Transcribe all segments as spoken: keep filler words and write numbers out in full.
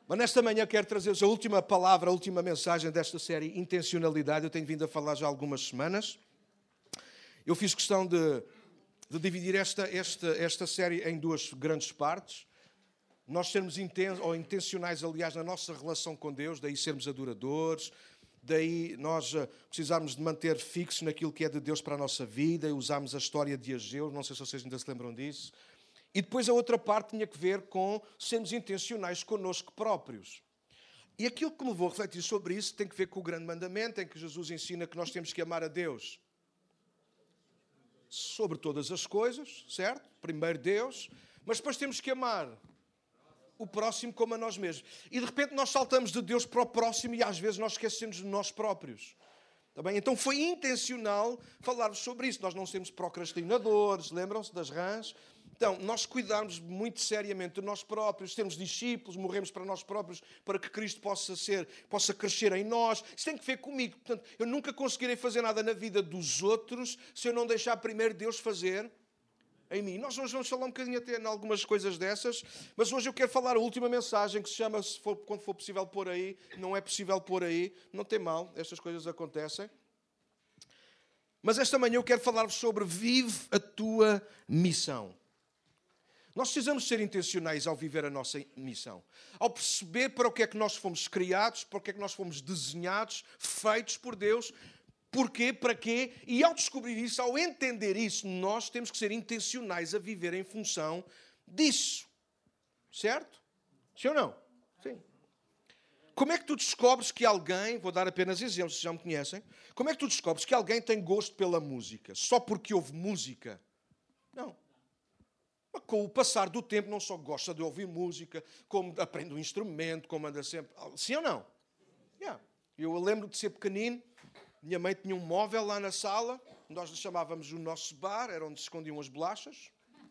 Mas nesta manhã quero trazer-vos a última palavra, a última mensagem desta série, intencionalidade. Eu tenho vindo a falar já há algumas semanas. Eu fiz questão de, de dividir esta, esta, esta série em duas grandes partes. Nós sermos inten, ou intencionais, aliás, na nossa relação com Deus, daí sermos adoradores, daí nós precisarmos de manter fixos naquilo que é de Deus para a nossa vida, e usarmos a história de Ageu, não sei se vocês ainda se lembram disso. E depois a outra parte tinha que ver com sermos intencionais connosco próprios. E aquilo que me vou refletir sobre isso tem que ver com o grande mandamento, em que Jesus ensina que nós temos que amar a Deus sobre todas as coisas, certo? Primeiro Deus, mas depois temos que amar o próximo como a nós mesmos. E de repente nós saltamos de Deus para o próximo e às vezes nós esquecemos de nós próprios. Tá bem? Então foi intencional falar-vos sobre isso. Nós não sermos procrastinadores, lembram-se das rãs? Então, nós cuidarmos muito seriamente de nós próprios, sermos discípulos, morremos para nós próprios, para que Cristo possa ser, possa crescer em nós. Isso tem que ver comigo. Portanto, eu nunca conseguirei fazer nada na vida dos outros se eu não deixar primeiro Deus fazer em mim. Nós hoje vamos falar um bocadinho até em algumas coisas dessas, mas hoje eu quero falar a última mensagem que se chama, se for, quando for possível pôr aí, não é possível pôr aí, não tem mal, estas coisas acontecem. Mas esta manhã eu quero falar-vos sobre vive a tua missão. Nós precisamos ser intencionais ao viver a nossa missão. Ao perceber para o que é que nós fomos criados, para o que é que nós fomos desenhados, feitos por Deus, porquê, para quê. E ao descobrir isso, ao entender isso, nós temos que ser intencionais a viver em função disso. Certo? Sim ou não? Sim. Como é que tu descobres que alguém, vou dar apenas exemplos, se já me conhecem, como é que tu descobres que alguém tem gosto pela música? Só porque ouve música? Não. Com o passar do tempo, não só gosta de ouvir música, como aprende um instrumento, como anda sempre... Sim ou não? Yeah. Eu lembro de ser pequenino, minha mãe tinha um móvel lá na sala, nós lhe chamávamos o nosso bar, era onde se escondiam as bolachas.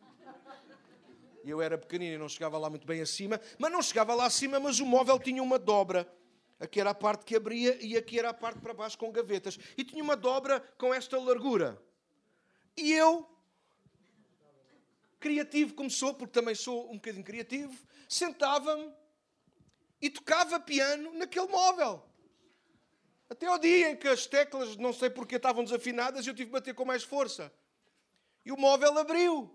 E eu era pequenino e não chegava lá muito bem acima, mas não chegava lá acima, mas o móvel tinha uma dobra. Aqui era a parte que abria e aqui era a parte para baixo com gavetas. E tinha uma dobra com esta largura. E eu... criativo como sou, porque também sou um bocadinho criativo, sentava-me e tocava piano naquele móvel. Até ao dia em que as teclas, não sei porque, estavam desafinadas e eu tive que bater com mais força. E o móvel abriu.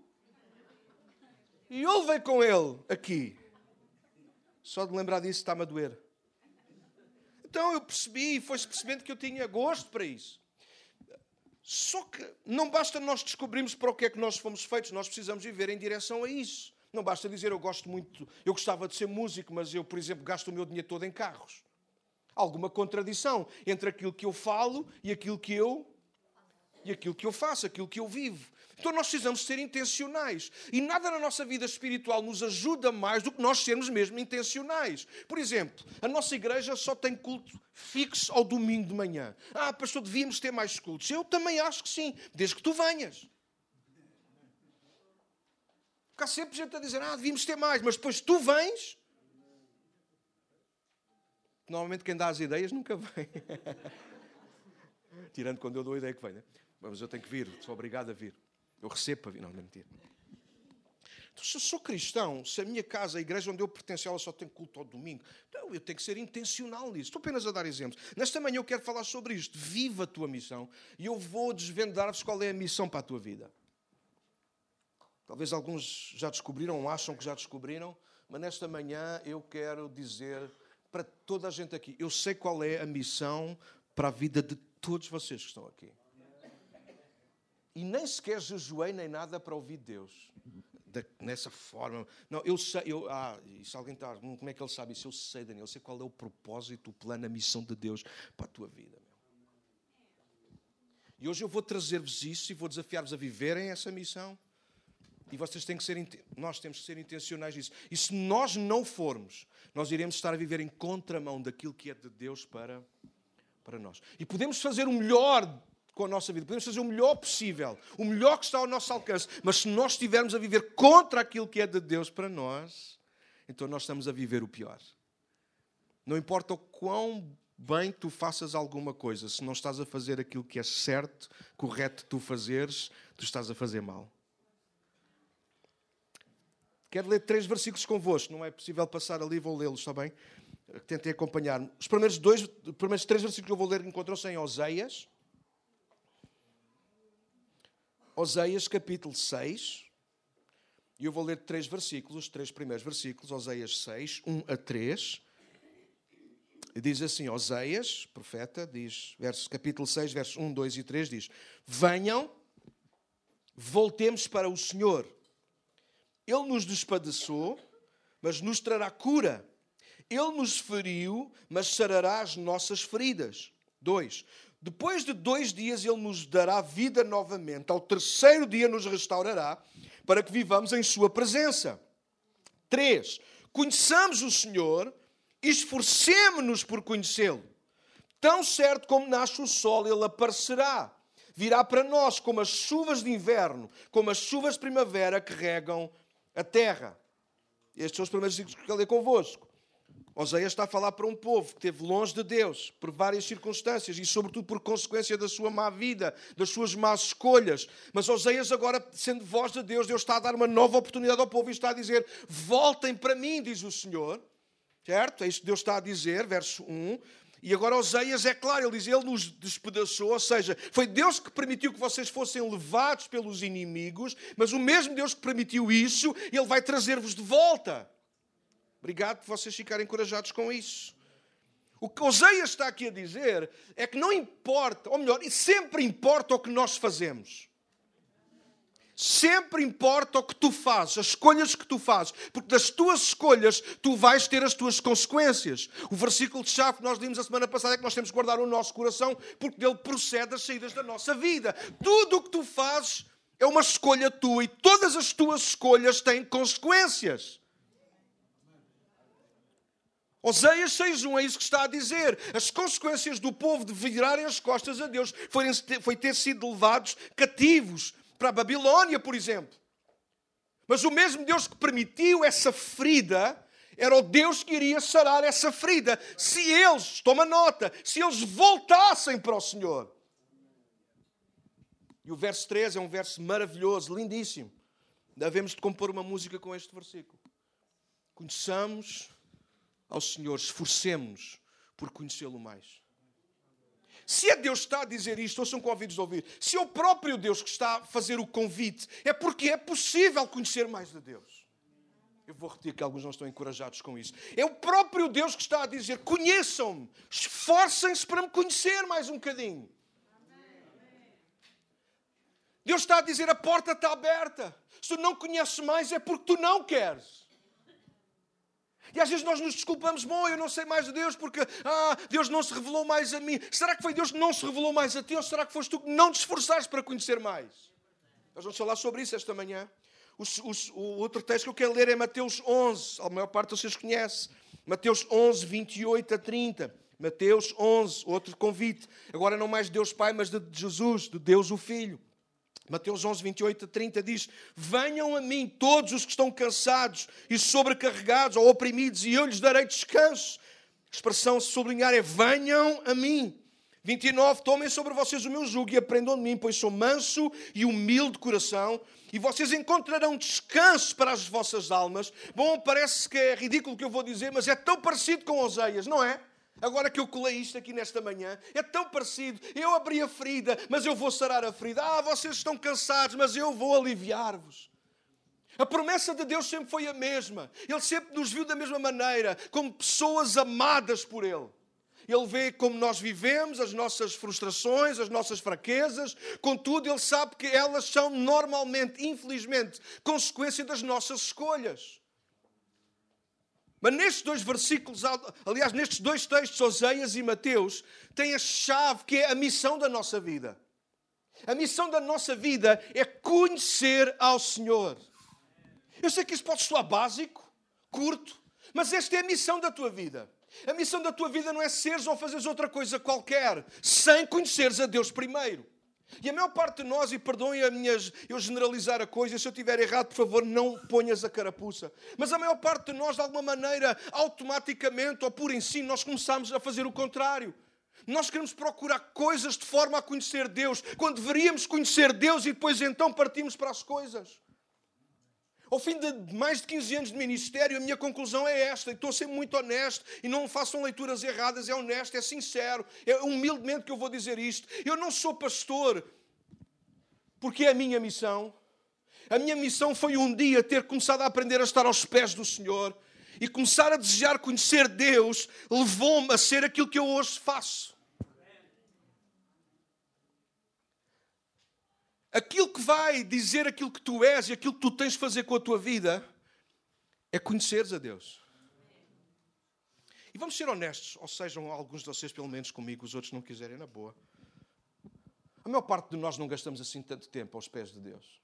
E eu levei com ele aqui. Só de lembrar disso está-me a doer. Então eu percebi, e foi-se percebendo que eu tinha gosto para isso. Só que não basta nós descobrirmos para o que é que nós fomos feitos, nós precisamos viver em direção a isso. Não basta dizer, eu gosto muito, eu gostava de ser músico, mas eu, por exemplo, gasto o meu dinheiro todo em carros. Há alguma contradição entre aquilo que eu falo e aquilo que eu, e aquilo que eu faço, aquilo que eu vivo. Então nós precisamos ser intencionais. E nada na nossa vida espiritual nos ajuda mais do que nós sermos mesmo intencionais. Por exemplo, a nossa igreja só tem culto fixo ao domingo de manhã. Ah, pastor, devíamos ter mais cultos. Eu também acho que sim, desde que tu venhas. Porque há sempre gente a dizer, ah, devíamos ter mais, mas depois tu vens. Normalmente quem dá as ideias nunca vem. Tirando quando eu dou a ideia que vem, né? Mas eu tenho que vir, sou obrigado a vir. Eu recebo para vir. Não, não é mentira. Então, se eu sou cristão, se a minha casa, a igreja onde eu pertenço, ela só tem culto ao domingo, então eu tenho que ser intencional nisso. Estou apenas a dar exemplos. Nesta manhã eu quero falar sobre isto. Viva a tua missão. E eu vou desvendar-vos qual é a missão para a tua vida. Talvez alguns já descobriram, ou acham que já descobriram, mas nesta manhã eu quero dizer para toda a gente aqui, eu sei qual é a missão para a vida de todos vocês que estão aqui. E nem sequer jejuei nem nada para ouvir Deus. De, nessa forma. Não, eu sei... Eu, ah, e se alguém está... Como é que ele sabe isso? Eu sei, Daniel. Eu sei qual é o propósito, o plano, a missão de Deus para a tua vida. Meu. E hoje eu vou trazer-vos isso e vou desafiar-vos a viverem essa missão. E vocês têm que ser... Nós temos que ser intencionais nisso. E se nós não formos, nós iremos estar a viver em contramão daquilo que é de Deus para, para nós. E podemos fazer o melhor com a nossa vida. Podemos fazer o melhor possível, o melhor que está ao nosso alcance, mas se nós estivermos a viver contra aquilo que é de Deus para nós, então nós estamos a viver o pior. Não importa o quão bem tu faças alguma coisa, se não estás a fazer aquilo que é certo, correto tu fazeres, tu estás a fazer mal. Quero ler três versículos convosco. Não é possível passar ali, vou lê-los, está bem? Tentem acompanhar-me. Os primeiros, dois, os primeiros três versículos que eu vou ler encontram-se em Oséias. Oséias, capítulo seis. E eu vou ler três versículos, os três primeiros versículos. Oséias seis, um a três. E diz assim, Oséias, profeta, diz, verso, capítulo seis, versos um, dois e três, diz: venham, voltemos para o Senhor. Ele nos despedaçou, mas nos trará cura. Ele nos feriu, mas sarará as nossas feridas. Dois. Depois de dois dias ele nos dará vida novamente. Ao terceiro dia nos restaurará, para que vivamos em sua presença. Três. Conheçamos o Senhor, esforcemo-nos por conhecê-lo. Tão certo como nasce o sol, ele aparecerá. Virá para nós como as chuvas de inverno, como as chuvas de primavera que regam a terra. Estes são os primeiros versículos que eu ler convosco. Oséias está a falar para um povo que esteve longe de Deus por várias circunstâncias e sobretudo por consequência da sua má vida, das suas más escolhas. Mas Oséias agora, sendo voz de Deus, Deus está a dar uma nova oportunidade ao povo e está a dizer: voltem para mim, diz o Senhor. Certo? É isto que Deus está a dizer, verso um. E agora Oséias, é claro, ele diz, ele nos despedaçou, ou seja, foi Deus que permitiu que vocês fossem levados pelos inimigos, mas o mesmo Deus que permitiu isso, ele vai trazer-vos de volta. Obrigado por vocês ficarem encorajados com isso. O que Oséias está aqui a dizer é que não importa, ou melhor, sempre importa o que nós fazemos. Sempre importa o que tu fazes, as escolhas que tu fazes, porque das tuas escolhas tu vais ter as tuas consequências. O versículo de chave que nós lemos a semana passada é que nós temos que guardar o nosso coração, porque dele procede as saídas da nossa vida. Tudo o que tu fazes é uma escolha tua e todas as tuas escolhas têm consequências. Oséias seis um é isso que está a dizer. As consequências do povo de virarem as costas a Deus foi, foi ter sido levados cativos para a Babilónia, por exemplo. Mas o mesmo Deus que permitiu essa ferida era o Deus que iria sarar essa ferida. Se eles, toma nota, se eles voltassem para o Senhor. E o verso três é um verso maravilhoso, lindíssimo. Devemos de compor uma música com este versículo. Conheçamos ao Senhor, esforcemo-nos por conhecê-lo mais. Se é Deus que está a dizer isto, ou são convidados a ouvir, se é o próprio Deus que está a fazer o convite, é porque é possível conhecer mais de Deus. Eu vou repetir que alguns não estão encorajados com isso. É o próprio Deus que está a dizer: conheçam-me, esforcem-se para me conhecer mais um bocadinho. Deus está a dizer: a porta está aberta. Se tu não conheces mais, é porque tu não queres. E às vezes nós nos desculpamos: bom, eu não sei mais de Deus porque ah, Deus não se revelou mais a mim. Será que foi Deus que não se revelou mais a ti, ou será que foste tu que não te esforçaste para conhecer mais? Nós vamos falar sobre isso esta manhã. O, o, o outro texto que eu quero ler é Mateus onze. A maior parte de vocês conhece. Mateus onze, vinte e oito a trinta. Mateus onze, outro convite. Agora não mais de Deus Pai, mas de Jesus, de Deus o Filho. Mateus onze, vinte e oito a trinta diz: venham a mim todos os que estão cansados e sobrecarregados ou oprimidos, e eu lhes darei descanso. A expressão a sublinhar é: venham a mim. vinte e nove, tomem sobre vocês o meu jugo e aprendam de mim, pois sou manso e humilde de coração, e vocês encontrarão descanso para as vossas almas. Bom, parece que é ridículo o que eu vou dizer, mas é tão parecido com Oséias, não é? Agora que eu colei isto aqui nesta manhã, é tão parecido. Eu abri a ferida, mas eu vou sarar a ferida. Ah, vocês estão cansados, mas eu vou aliviar-vos. A promessa de Deus sempre foi a mesma. Ele sempre nos viu da mesma maneira, como pessoas amadas por Ele. Ele vê como nós vivemos, as nossas frustrações, as nossas fraquezas. Contudo, Ele sabe que elas são normalmente, infelizmente, consequência das nossas escolhas. Mas nestes dois versículos, aliás, nestes dois textos, Oséias e Mateus, tem a chave que é a missão da nossa vida. A missão da nossa vida é conhecer ao Senhor. Eu sei que isso pode soar básico, curto, mas esta é a missão da tua vida. A missão da tua vida não é seres ou fazeres outra coisa qualquer, sem conheceres a Deus primeiro. E a maior parte de nós, e perdoem a minhas, eu generalizar a coisa, se eu estiver errado, por favor, não ponhas a carapuça. Mas a maior parte de nós, de alguma maneira, automaticamente ou por ensino, nós começamos a fazer o contrário. Nós queremos procurar coisas de forma a conhecer Deus, quando deveríamos conhecer Deus e depois então partimos para as coisas. Ao fim de mais de quinze anos de ministério, a minha conclusão é esta. Estou a ser muito honesto e não façam leituras erradas. É honesto, é sincero. É humildemente que eu vou dizer isto. Eu não sou pastor porque é a minha missão. A minha missão foi um dia ter começado a aprender a estar aos pés do Senhor e começar a desejar conhecer Deus levou-me a ser aquilo que eu hoje faço. Aquilo que vai dizer aquilo que tu és e aquilo que tu tens de fazer com a tua vida é conheceres a Deus. E vamos ser honestos, ou sejam alguns de vocês pelo menos comigo, os outros não quiserem, na boa. A maior parte de nós não gastamos assim tanto tempo aos pés de Deus.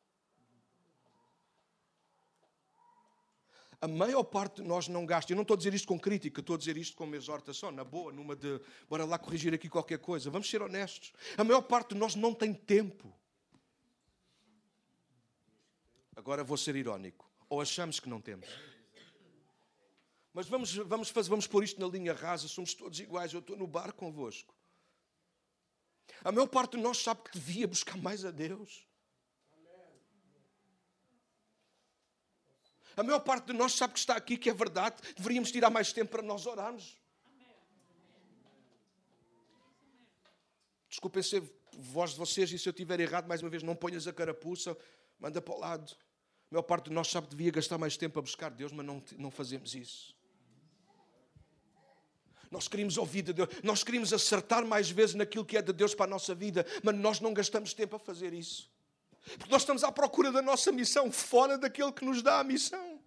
A maior parte de nós não gasta. Eu não estou a dizer isto com crítica, estou a dizer isto com uma exortação, na boa, numa de, bora lá corrigir aqui qualquer coisa. Vamos ser honestos. A maior parte de nós não tem tempo. Agora vou ser irónico. Ou achamos que não temos. Mas vamos, vamos, fazer, vamos pôr isto na linha rasa. Somos todos iguais. Eu estou no bar convosco. A maior parte de nós sabe que devia buscar mais a Deus. A maior parte de nós sabe que está aqui, que é verdade. Deveríamos tirar mais tempo para nós orarmos. Desculpem ser voz de vocês e se eu estiver errado, mais uma vez, não ponhas a carapuça, manda para o lado. A maior parte de nós sabe que devia gastar mais tempo a buscar Deus, mas não, não fazemos isso. Nós queríamos ouvir de Deus, nós queríamos acertar mais vezes naquilo que é de Deus para a nossa vida, mas nós não gastamos tempo a fazer isso. Porque nós estamos à procura da nossa missão fora daquele que nos dá a missão.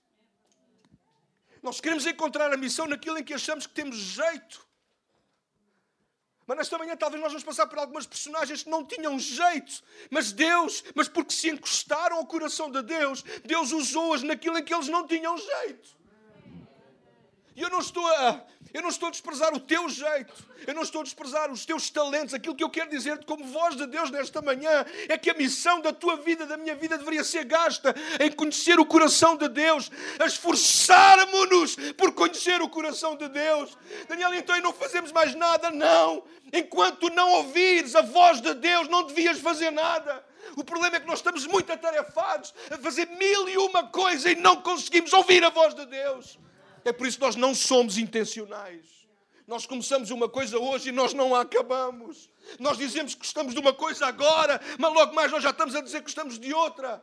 Nós queremos encontrar a missão naquilo em que achamos que temos jeito. Mas nesta manhã talvez nós vamos passar por algumas personagens que não tinham jeito. Mas Deus, mas porque se encostaram ao coração de Deus, Deus usou-as naquilo em que eles não tinham jeito. E eu não estou a, eu não estou a desprezar o teu jeito. Eu não estou a desprezar os teus talentos. Aquilo que eu quero dizer-te como voz de Deus nesta manhã é que a missão da tua vida, da minha vida, deveria ser gasta em conhecer o coração de Deus. A esforçarmos-nos por conhecer o coração de Deus. Daniel, então não fazemos mais nada? Não. Enquanto não ouvires a voz de Deus, não devias fazer nada. O problema é que nós estamos muito atarefados a fazer mil e uma coisa e não conseguimos ouvir a voz de Deus. É por isso que nós não somos intencionais. Nós começamos uma coisa hoje e nós não a acabamos. Nós dizemos que gostamos de uma coisa agora, mas logo mais nós já estamos a dizer que gostamos de outra.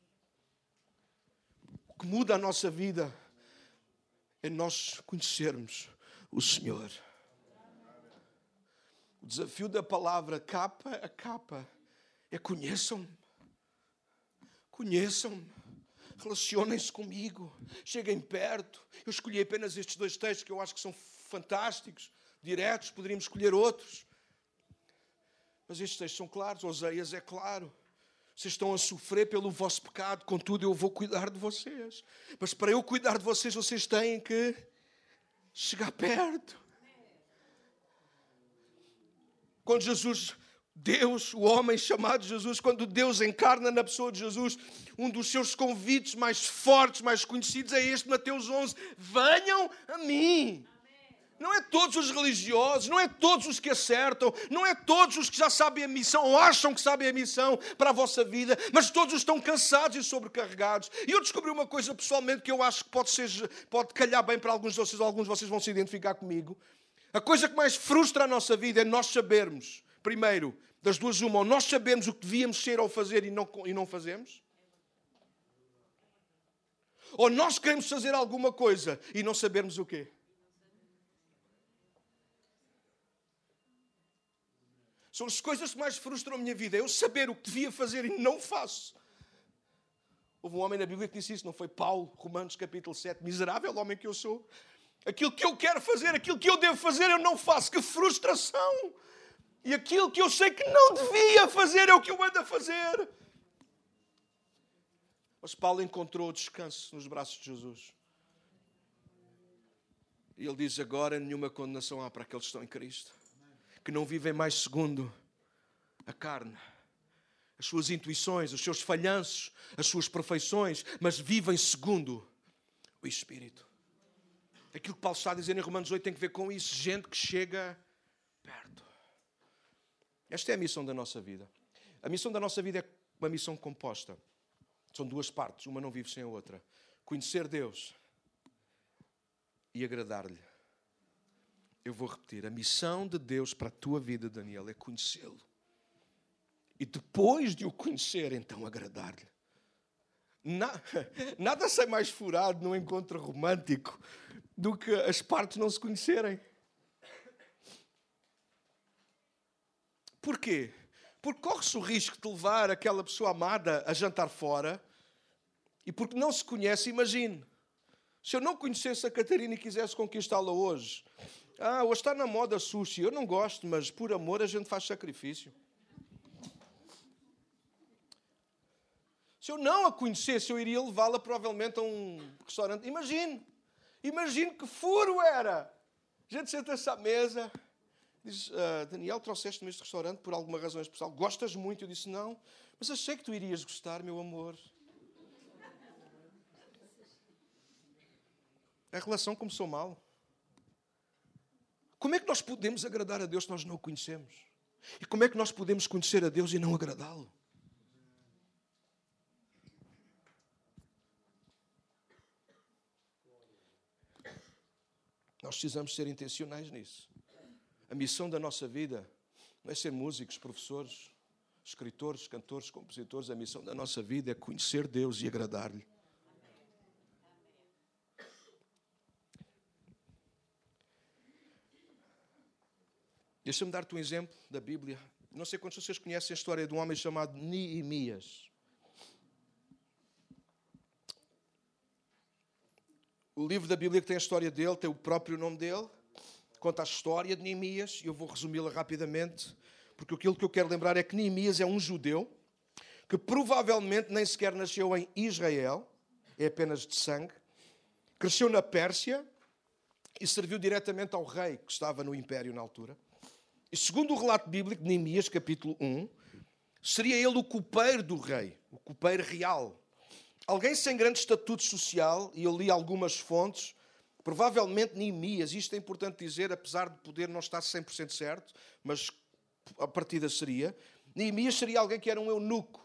O que muda a nossa vida é nós conhecermos o Senhor. O desafio da palavra capa a capa é conheçam-me. Conheçam-me. Relacionem-se comigo, cheguem perto. Eu escolhi apenas estes dois textos que eu acho que são fantásticos, diretos, poderíamos escolher outros. Mas estes textos são claros, Oseias é claro. Vocês estão a sofrer pelo vosso pecado, contudo eu vou cuidar de vocês. Mas para eu cuidar de vocês, vocês têm que chegar perto. Quando Jesus... Deus, o homem chamado Jesus, quando Deus encarna na pessoa de Jesus, um dos seus convites mais fortes, mais conhecidos é este, Mateus onze. Venham a mim. Não é todos os religiosos, não é todos os que acertam, não é todos os que já sabem a missão ou acham que sabem a missão para a vossa vida, mas todos os que estão cansados e sobrecarregados. E eu descobri uma coisa pessoalmente que eu acho que pode, ser, pode calhar bem para alguns de vocês, alguns de vocês vão se identificar comigo. A coisa que mais frustra a nossa vida é nós sabermos, primeiro, das duas uma, ou nós sabemos o que devíamos ser ou fazer e não, e não fazemos. Ou nós queremos fazer alguma coisa e não sabermos o quê. São as coisas que mais frustram a minha vida. É eu saber o que devia fazer e não faço. Houve um homem na Bíblia que disse isso, não foi Paulo, Romanos capítulo sete. Miserável homem que eu sou. Aquilo que eu quero fazer, aquilo que eu devo fazer, eu não faço. Que frustração! E aquilo que eu sei que não devia fazer é o que eu ando a fazer. Mas Paulo encontrou descanso nos braços de Jesus. E ele diz, agora nenhuma condenação há para aqueles que estão em Cristo. Que não vivem mais segundo a carne, as suas intuições, os seus falhanços, as suas perfeições, mas vivem segundo o Espírito. Aquilo que Paulo está a dizer em Romanos oito tem que ver com isso. Gente que chega perto. Esta é a missão da nossa vida. A missão da nossa vida é uma missão composta. São duas partes, uma não vive sem a outra. Conhecer Deus e agradar-lhe. Eu vou repetir, a missão de Deus para a tua vida, Daniel, é conhecê-lo. E depois de o conhecer, então agradar-lhe. Nada sai mais furado num encontro romântico do que as partes não se conhecerem. Porquê? Porque corre-se o risco de levar aquela pessoa amada a jantar fora e porque não se conhece, imagine. Se eu não conhecesse a Catarina e quisesse conquistá-la hoje, ah, hoje está na moda sushi, eu não gosto, mas por amor a gente faz sacrifício. Se eu não a conhecesse, eu iria levá-la provavelmente a um restaurante. Imagine, imagine que furo era. A gente senta-se à mesa, diz, ah, Daniel, trouxeste-me este restaurante por alguma razão especial. Gostas muito? Eu disse, não, mas achei que tu irias gostar, meu amor. A relação começou mal. Como é que nós podemos agradar a Deus se nós não o conhecemos? E como é que nós podemos conhecer a Deus e não agradá-lo? Nós precisamos ser intencionais nisso. A missão da nossa vida não é ser músicos, professores, escritores, cantores, compositores. A missão da nossa vida é conhecer Deus e agradar-lhe. Deixa-me dar-te um exemplo da Bíblia. Não sei quantos de vocês conhecem a história de um homem chamado Neemias. O livro da Bíblia que tem a história dele, tem o próprio nome dele, conta a história de Neemias, e eu vou resumi-la rapidamente, porque aquilo que eu quero lembrar é que Neemias é um judeu, que provavelmente nem sequer nasceu em Israel, é apenas de sangue, cresceu na Pérsia e serviu diretamente ao rei que estava no império na altura. E segundo o relato bíblico de Neemias, capítulo um, seria ele o copeiro do rei, o copeiro real. Alguém sem grande estatuto social, e eu li algumas fontes, provavelmente Neemias, isto é importante dizer, apesar de poder não estar cem por cento certo, mas a partida seria, Neemias seria alguém que era um eunuco.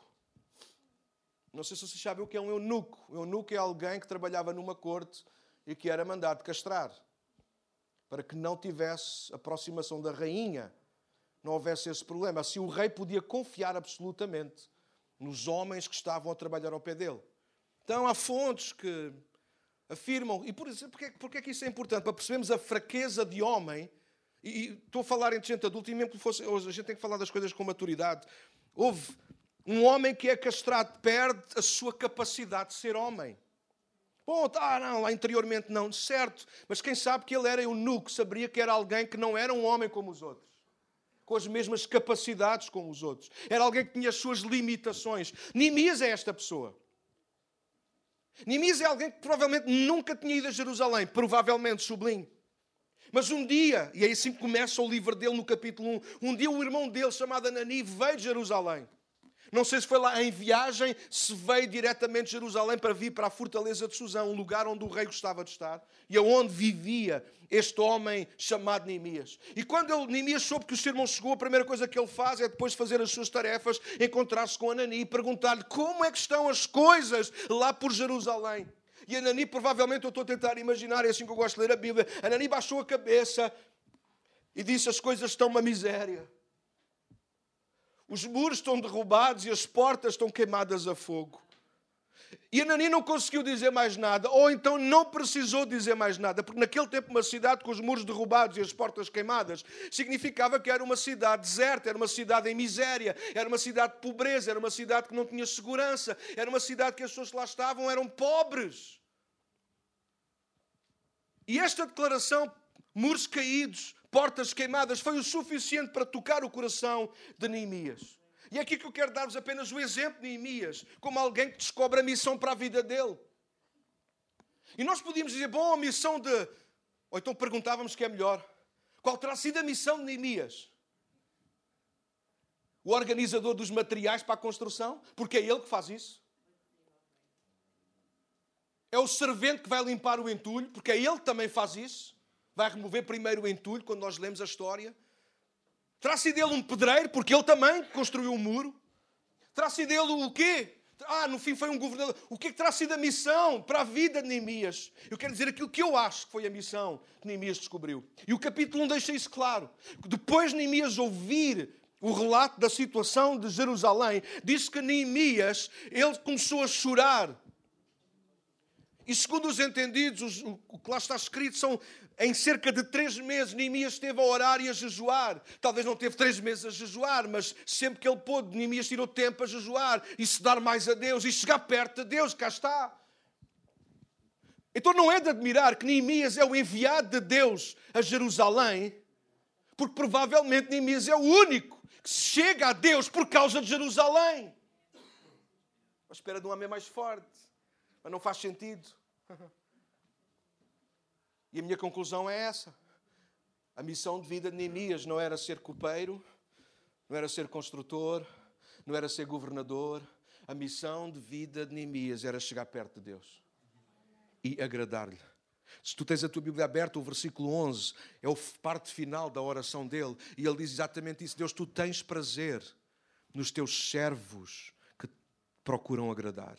Não sei se vocês sabem o que é um eunuco. Um eunuco é alguém que trabalhava numa corte e que era mandado castrar, para que não tivesse aproximação da rainha, não houvesse esse problema. Assim o rei podia confiar absolutamente nos homens que estavam a trabalhar ao pé dele. Então, há fontes que afirmam, e por isso, porque, porque é que isso é importante? Para percebermos a fraqueza de homem, e, e estou a falar entre gente adulta, e mesmo que fosse, hoje a gente tem que falar das coisas com maturidade. Houve um homem que é castrado, perde a sua capacidade de ser homem. Bom, ah, não, lá interiormente não, certo, mas quem sabe que ele era eunuco, saberia que era alguém que não era um homem como os outros, com as mesmas capacidades como os outros. Era alguém que tinha as suas limitações. Neemias é esta pessoa. Neemias é alguém que provavelmente nunca tinha ido a Jerusalém, provavelmente, sublinho. Mas um dia, e é assim que começa o livro dele no capítulo um, um dia o irmão dele, chamado Anani, veio de Jerusalém. Não sei se foi lá em viagem, se veio diretamente de Jerusalém para vir para a fortaleza de Susã, um lugar onde o rei gostava de estar, e aonde vivia este homem chamado Neemias. E quando ele, Neemias soube que o seu irmão chegou, a primeira coisa que ele faz é, depois de fazer as suas tarefas, encontrar-se com Anani e perguntar-lhe como é que estão as coisas lá por Jerusalém. E Anani, provavelmente, eu estou a tentar imaginar, é assim que eu gosto de ler a Bíblia, Anani baixou a cabeça e disse: as coisas estão uma miséria. Os muros estão derrubados e as portas estão queimadas a fogo. E Anani não conseguiu dizer mais nada, ou então não precisou dizer mais nada, porque naquele tempo uma cidade com os muros derrubados e as portas queimadas significava que era uma cidade deserta, era uma cidade em miséria, era uma cidade de pobreza, era uma cidade que não tinha segurança, era uma cidade que as pessoas que lá estavam eram pobres. E esta declaração, muros caídos, portas queimadas, foi o suficiente para tocar o coração de Neemias. E é aqui que eu quero dar-vos apenas o exemplo de Neemias, como alguém que descobre a missão para a vida dele. E nós podíamos dizer, bom, a missão de... Ou então perguntávamos que é melhor. Qual terá sido a missão de Neemias? O organizador dos materiais para a construção? Porque é ele que faz isso. É o servente que vai limpar o entulho? Porque é ele que também faz isso. Vai remover primeiro o entulho, quando nós lemos a história. Terá sido ele um pedreiro, porque ele também construiu um muro. Terá sido ele o quê? Ah, no fim foi um governador. O que é que terá sido a missão para a vida de Neemias? Eu quero dizer aquilo que eu acho que foi a missão que Neemias descobriu. E o capítulo um deixa isso claro. Depois de Neemias ouvir o relato da situação de Jerusalém, diz que Neemias, ele começou a chorar. E segundo os entendidos, o que lá está escrito são, em cerca de três meses, Neemias esteve a orar e a jejuar. Talvez não teve três meses a jejuar, mas sempre que ele pôde, Neemias tirou tempo a jejuar e se dar mais a Deus e chegar perto de Deus, cá está. Então não é de admirar que Neemias é o enviado de Deus a Jerusalém, porque provavelmente Neemias é o único que chega a Deus por causa de Jerusalém. À espera de um homem mais forte. Mas não faz sentido. E a minha conclusão é essa. A missão de vida de Neemias não era ser copeiro, não era ser construtor, não era ser governador. A missão de vida de Neemias era chegar perto de Deus e agradar-lhe. Se tu tens a tua Bíblia aberta, o versículo onze é a parte final da oração dele. E ele diz exatamente isso. Deus, tu tens prazer nos teus servos que procuram agradar.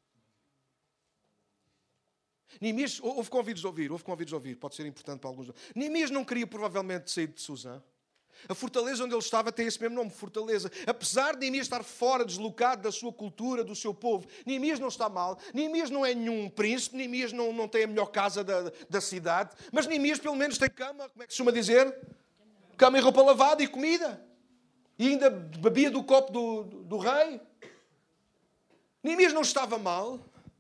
Neemias, houve convidos a ouvir, houve convidos a ouvir, pode ser importante para alguns. Neemias não queria provavelmente sair de Suzã. A fortaleza onde ele estava tem esse mesmo nome, fortaleza. Apesar de Neemias estar fora, deslocado da sua cultura, do seu povo, Neemias não está mal. Neemias não é nenhum príncipe, Neemias não, não tem a melhor casa da, da cidade, mas Neemias pelo menos tem cama, como é que se chama dizer? Cama e roupa lavada e comida. E ainda bebia do copo do, do, do rei. Neemias não estava mal.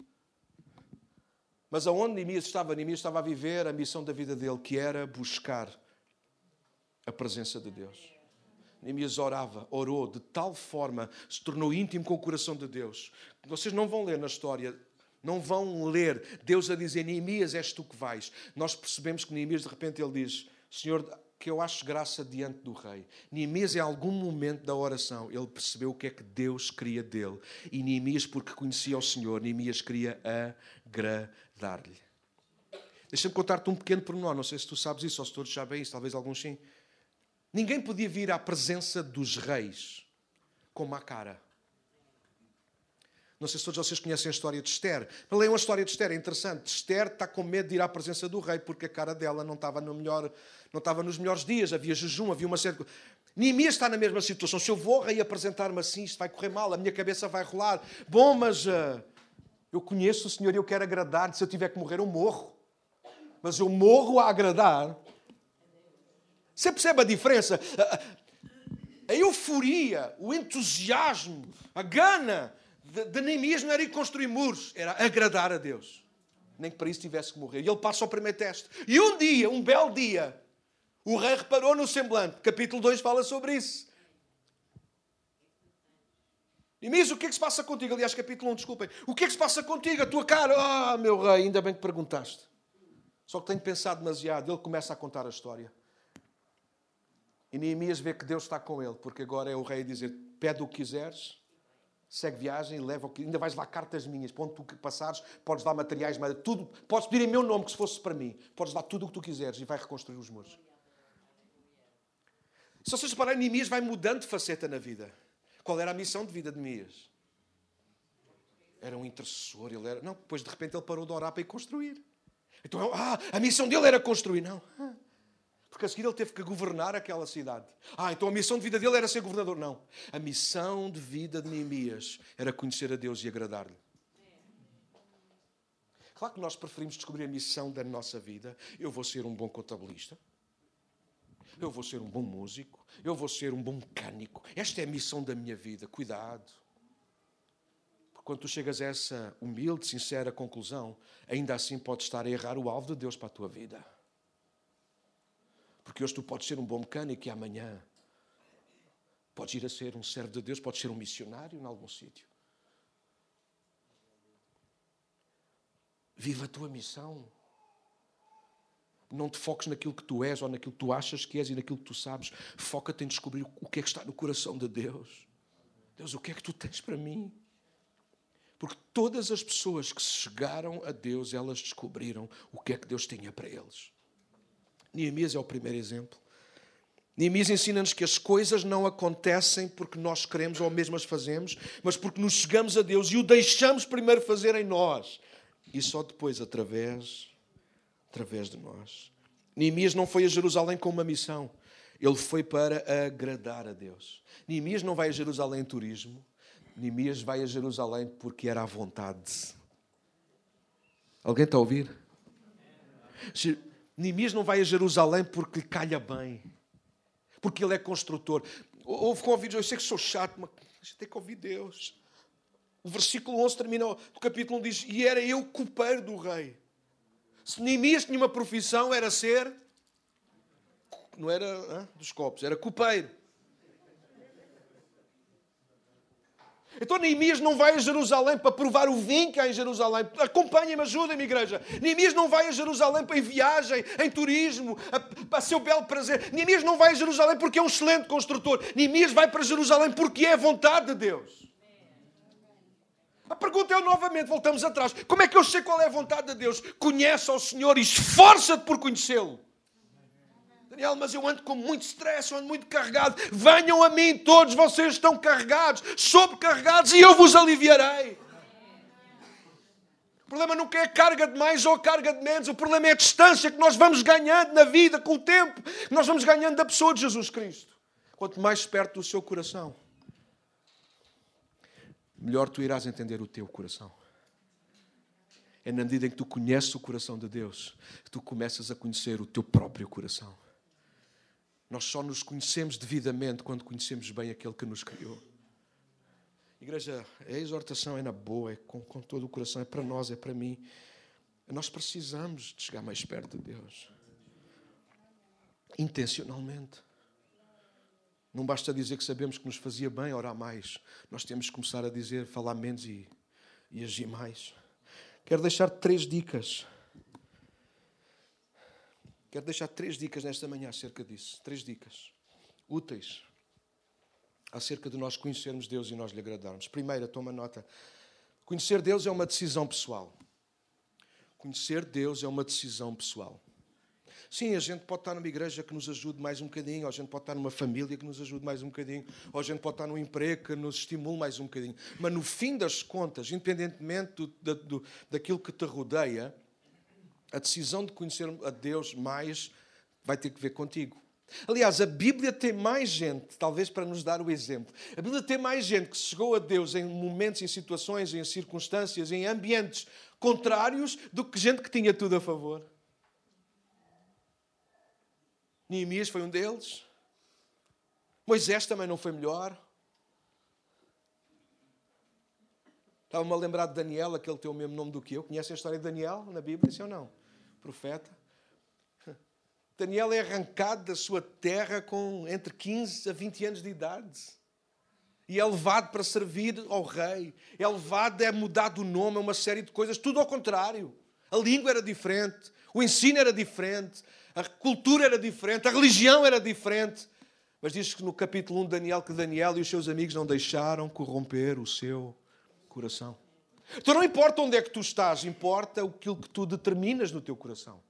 Mas aonde Neemias estava? Neemias estava a viver a missão da vida dele, que era buscar a presença de Deus. Neemias orava, orou de tal forma, se tornou íntimo com o coração de Deus. Vocês não vão ler na história, não vão ler Deus a dizer, Neemias, és tu que vais. Nós percebemos que Neemias, de repente, ele diz, Senhor, que eu acho graça diante do rei. Neemias, em algum momento da oração, ele percebeu o que é que Deus queria dele. E Neemias, porque conhecia o Senhor, Neemias queria agradar-lhe. Deixa-me contar-te um pequeno pormenor. Não sei se tu sabes isso, ou se todos sabem isso, talvez alguns sim. Ninguém podia vir à presença dos reis com má cara. Não sei se todos vocês conhecem a história de Esther. Mas leiam a história de Esther, é interessante. Esther está com medo de ir à presença do rei, porque a cara dela não estava, no melhor, não estava nos melhores dias. Havia jejum, havia uma série de... Neemias está na mesma situação. Se eu vou ao rei apresentar-me assim, isto vai correr mal, a minha cabeça vai rolar. Bom, mas uh, eu conheço o Senhor e eu quero agradar. Se eu tiver que morrer, eu morro. Mas eu morro a agradar. Você percebe a diferença? A, a euforia, o entusiasmo, a gana de, de Neemias não era ir construir muros, era agradar a Deus. Nem que para isso tivesse que morrer. E ele passa ao primeiro teste. E um dia, um belo dia, o rei reparou no semblante. Capítulo dois fala sobre isso. Neemias, o que é que se passa contigo? Aliás, capítulo um, desculpem. O que é que se passa contigo? A tua cara? Ah, meu rei, ainda bem que perguntaste. Só que tenho pensado demasiado. Ele começa a contar a história. E Neemias vê que Deus está com ele, porque agora é o rei a dizer, pede o que quiseres, segue viagem, leva o que... Ainda vais levar cartas minhas, para onde tu passares, podes dar materiais, tudo, podes pedir em meu nome, que se fosse para mim, podes dar tudo o que tu quiseres e vai reconstruir os muros. Se vocês repararem, Neemias vai mudando de faceta na vida. Qual era a missão de vida de Neemias? Era um intercessor, ele era... Não, depois de repente ele parou de orar para ir construir. Então, ah, a missão dele era construir. Não, porque a seguir ele teve que governar aquela cidade. Ah, então a missão de vida dele era ser governador. Não. A missão de vida de Neemias era conhecer a Deus e agradar-lhe. Claro que nós preferimos descobrir a missão da nossa vida. Eu vou ser um bom contabilista. Eu vou ser um bom músico. Eu vou ser um bom mecânico. Esta é a missão da minha vida. Cuidado. Porque quando tu chegas a essa humilde, sincera conclusão, ainda assim podes estar a errar o alvo de Deus para a tua vida. Porque hoje tu podes ser um bom mecânico e amanhã podes ir a ser um servo de Deus, podes ser um missionário em algum sítio. Viva a tua missão. Não te foques naquilo que tu és ou naquilo que tu achas que és e naquilo que tu sabes. Foca-te em descobrir o que é que está no coração de Deus. Deus, o que é que tu tens para mim? Porque todas as pessoas que chegaram a Deus, elas descobriram o que é que Deus tinha para eles. Neemias é o primeiro exemplo. Neemias ensina-nos que as coisas não acontecem porque nós queremos ou mesmo as fazemos, mas porque nos chegamos a Deus e o deixamos primeiro fazer em nós. E só depois através, através de nós. Neemias não foi a Jerusalém com uma missão. Ele foi para agradar a Deus. Neemias não vai a Jerusalém em turismo. Neemias vai a Jerusalém porque era à vontade. Alguém está a ouvir? Neemias não vai a Jerusalém porque lhe calha bem. Porque ele é construtor. Houve convites, eu sei que sou chato, mas a gente tem que ouvir Deus. O versículo onze termina, o capítulo um diz, e era eu copeiro do rei. Se Neemias tinha uma profissão, era ser, não era hein, dos copos, era copeiro. Então Neemias não vai a Jerusalém para provar o vinho que há em Jerusalém. Acompanhem-me, ajudem-me, igreja. Neemias não vai a Jerusalém para ir viagem, em turismo, a, a seu belo prazer. Neemias não vai a Jerusalém porque é um excelente construtor. Neemias vai para Jerusalém porque é a vontade de Deus. A pergunta é novamente, voltamos atrás. Como é que eu sei qual é a vontade de Deus? Conhece ao Senhor e esforça-te por conhecê-lo. Daniel, mas eu ando com muito stress, eu ando muito carregado. Venham a mim, todos vocês estão carregados, sobrecarregados, e eu vos aliviarei. O problema nunca é a carga de mais ou a carga de menos. O problema é a distância que nós vamos ganhando na vida, com o tempo, que nós vamos ganhando da pessoa de Jesus Cristo. Quanto mais perto do seu coração, melhor tu irás entender o teu coração. É na medida em que tu conheces o coração de Deus que tu começas a conhecer o teu próprio coração. Nós só nos conhecemos devidamente quando conhecemos bem aquele que nos criou. Igreja, a exortação é na boa, é com, com todo o coração, é para nós, é para mim. Nós precisamos de chegar mais perto de Deus. Intencionalmente. Não basta dizer que sabemos que nos fazia bem orar mais. Nós temos que começar a dizer, falar menos e, e agir mais. Quero deixar três dicas. Quero deixar três dicas nesta manhã acerca disso. Três dicas úteis acerca de nós conhecermos Deus e nós lhe agradarmos. Primeira, toma nota. Conhecer Deus é uma decisão pessoal. Conhecer Deus é uma decisão pessoal. Sim, a gente pode estar numa igreja que nos ajude mais um bocadinho, ou a gente pode estar numa família que nos ajude mais um bocadinho, ou a gente pode estar num emprego que nos estimule mais um bocadinho. Mas no fim das contas, independentemente do, do, do, daquilo que te rodeia, a decisão de conhecer a Deus mais vai ter que ver contigo. Aliás, a Bíblia tem mais gente, talvez para nos dar o exemplo, a Bíblia tem mais gente que chegou a Deus em momentos, em situações, em circunstâncias, em ambientes contrários, do que gente que tinha tudo a favor. Neemias foi um deles. Moisés também não foi melhor. Estava-me a lembrar de Daniel, aquele que tem o mesmo nome do que eu. Conhecem a história de Daniel na Bíblia, sim ou não? Profeta. Daniel é arrancado da sua terra com entre quinze a vinte anos de idade. E é levado para servir ao rei. É levado, é mudado o nome, é uma série de coisas. Tudo ao contrário. A língua era diferente. O ensino era diferente. A cultura era diferente. A religião era diferente. Mas diz que no capítulo um de Daniel que Daniel e os seus amigos não deixaram corromper o seu coração. Então não importa onde é que tu estás, importa aquilo que tu determinas no teu coração.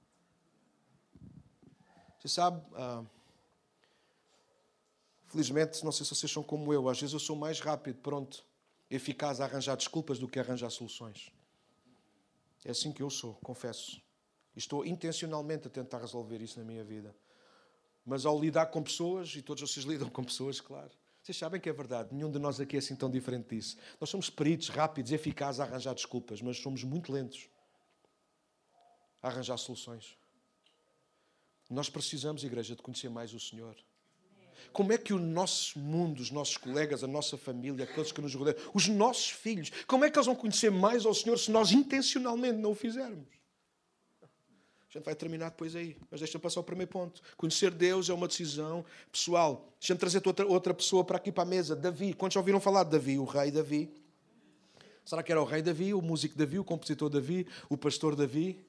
Você sabe, ah, felizmente, não sei se vocês são como eu, às vezes eu sou mais rápido, pronto, eficaz a arranjar desculpas do que a arranjar soluções. É assim que eu sou, confesso. E estou intencionalmente a tentar resolver isso na minha vida. Mas ao lidar com pessoas, e todos vocês lidam com pessoas, claro, vocês sabem que é verdade, nenhum de nós aqui é assim tão diferente disso. Nós somos peritos, rápidos, eficazes a arranjar desculpas, mas somos muito lentos a arranjar soluções. Nós precisamos, igreja, de conhecer mais o Senhor. Como é que o nosso mundo, os nossos colegas, a nossa família, aqueles que nos rodeiam, os nossos filhos, como é que eles vão conhecer mais ao Senhor se nós intencionalmente não o fizermos? A gente vai terminar depois aí, mas deixa-me passar o primeiro ponto. Conhecer Deus é uma decisão pessoal. Deixa-me trazer outra, outra pessoa para aqui para a mesa. Davi. Quantos já ouviram falar de Davi? O rei Davi. Será que era o rei Davi, o músico Davi, o compositor Davi, o pastor Davi?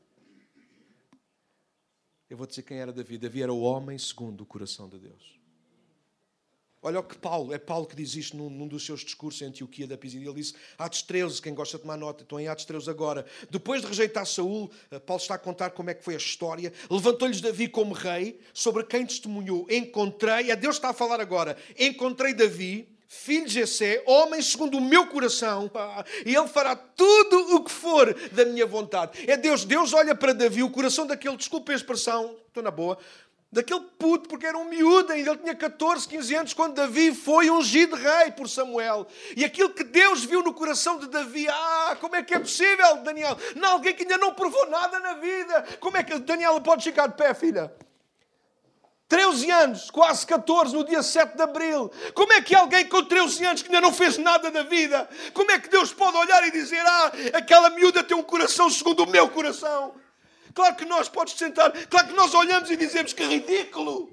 Eu vou dizer quem era Davi. Davi era o homem segundo o coração de Deus. Olha o que Paulo, é Paulo que diz isto num, num dos seus discursos em Antioquia da Pisidia. Ele disse, Atos treze, quem gosta de tomar nota, estão em Atos treze agora. Depois de rejeitar Saúl, Paulo está a contar como é que foi a história, levantou-lhes Davi como rei, sobre quem testemunhou, encontrei, é Deus que está a falar agora, encontrei Davi, filho de Jessé, homem segundo o meu coração, e ele fará tudo o que for da minha vontade. É Deus, Deus olha para Davi, o coração daquele, desculpe a expressão, estou na boa, daquele puto, porque era um miúdo ainda, ele tinha catorze, quinze anos, quando Davi foi ungido rei por Samuel. E aquilo que Deus viu no coração de Davi, ah, como é que é possível, Daniel? Não, alguém que ainda não provou nada na vida. Como é que, Daniela, pode ficar de pé, filha? treze anos, quase catorze, no dia sete de abril. Como é que alguém com treze anos que ainda não fez nada na vida, como é que Deus pode olhar e dizer, ah, aquela miúda tem um coração segundo o meu coração? Claro que nós, podes sentar, claro que nós olhamos e dizemos que ridículo.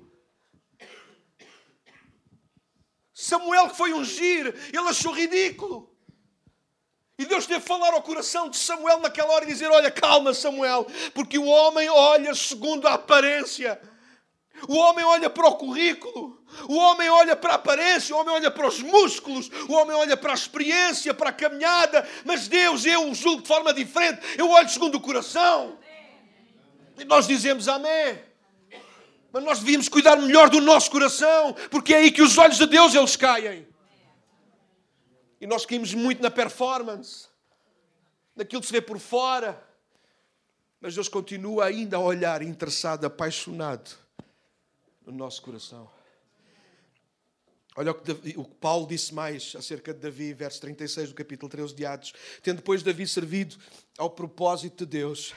Samuel que foi ungir, ele achou ridículo. E Deus teve que falar ao coração de Samuel naquela hora e dizer, olha, calma Samuel, porque o homem olha segundo a aparência. O homem olha para o currículo, o homem olha para a aparência, o homem olha para os músculos, o homem olha para a experiência, para a caminhada, mas Deus, eu o julgo de forma diferente, eu olho segundo o coração. E nós dizemos amém. Mas nós devíamos cuidar melhor do nosso coração, porque é aí que os olhos de Deus eles caem. E nós caímos muito na performance, naquilo que se vê por fora. Mas Deus continua ainda a olhar interessado, apaixonado no nosso coração. Olha o que, Davi, o que Paulo disse mais acerca de Davi, verso trinta e seis do capítulo treze de Atos. Tendo depois Davi servido ao propósito de Deus,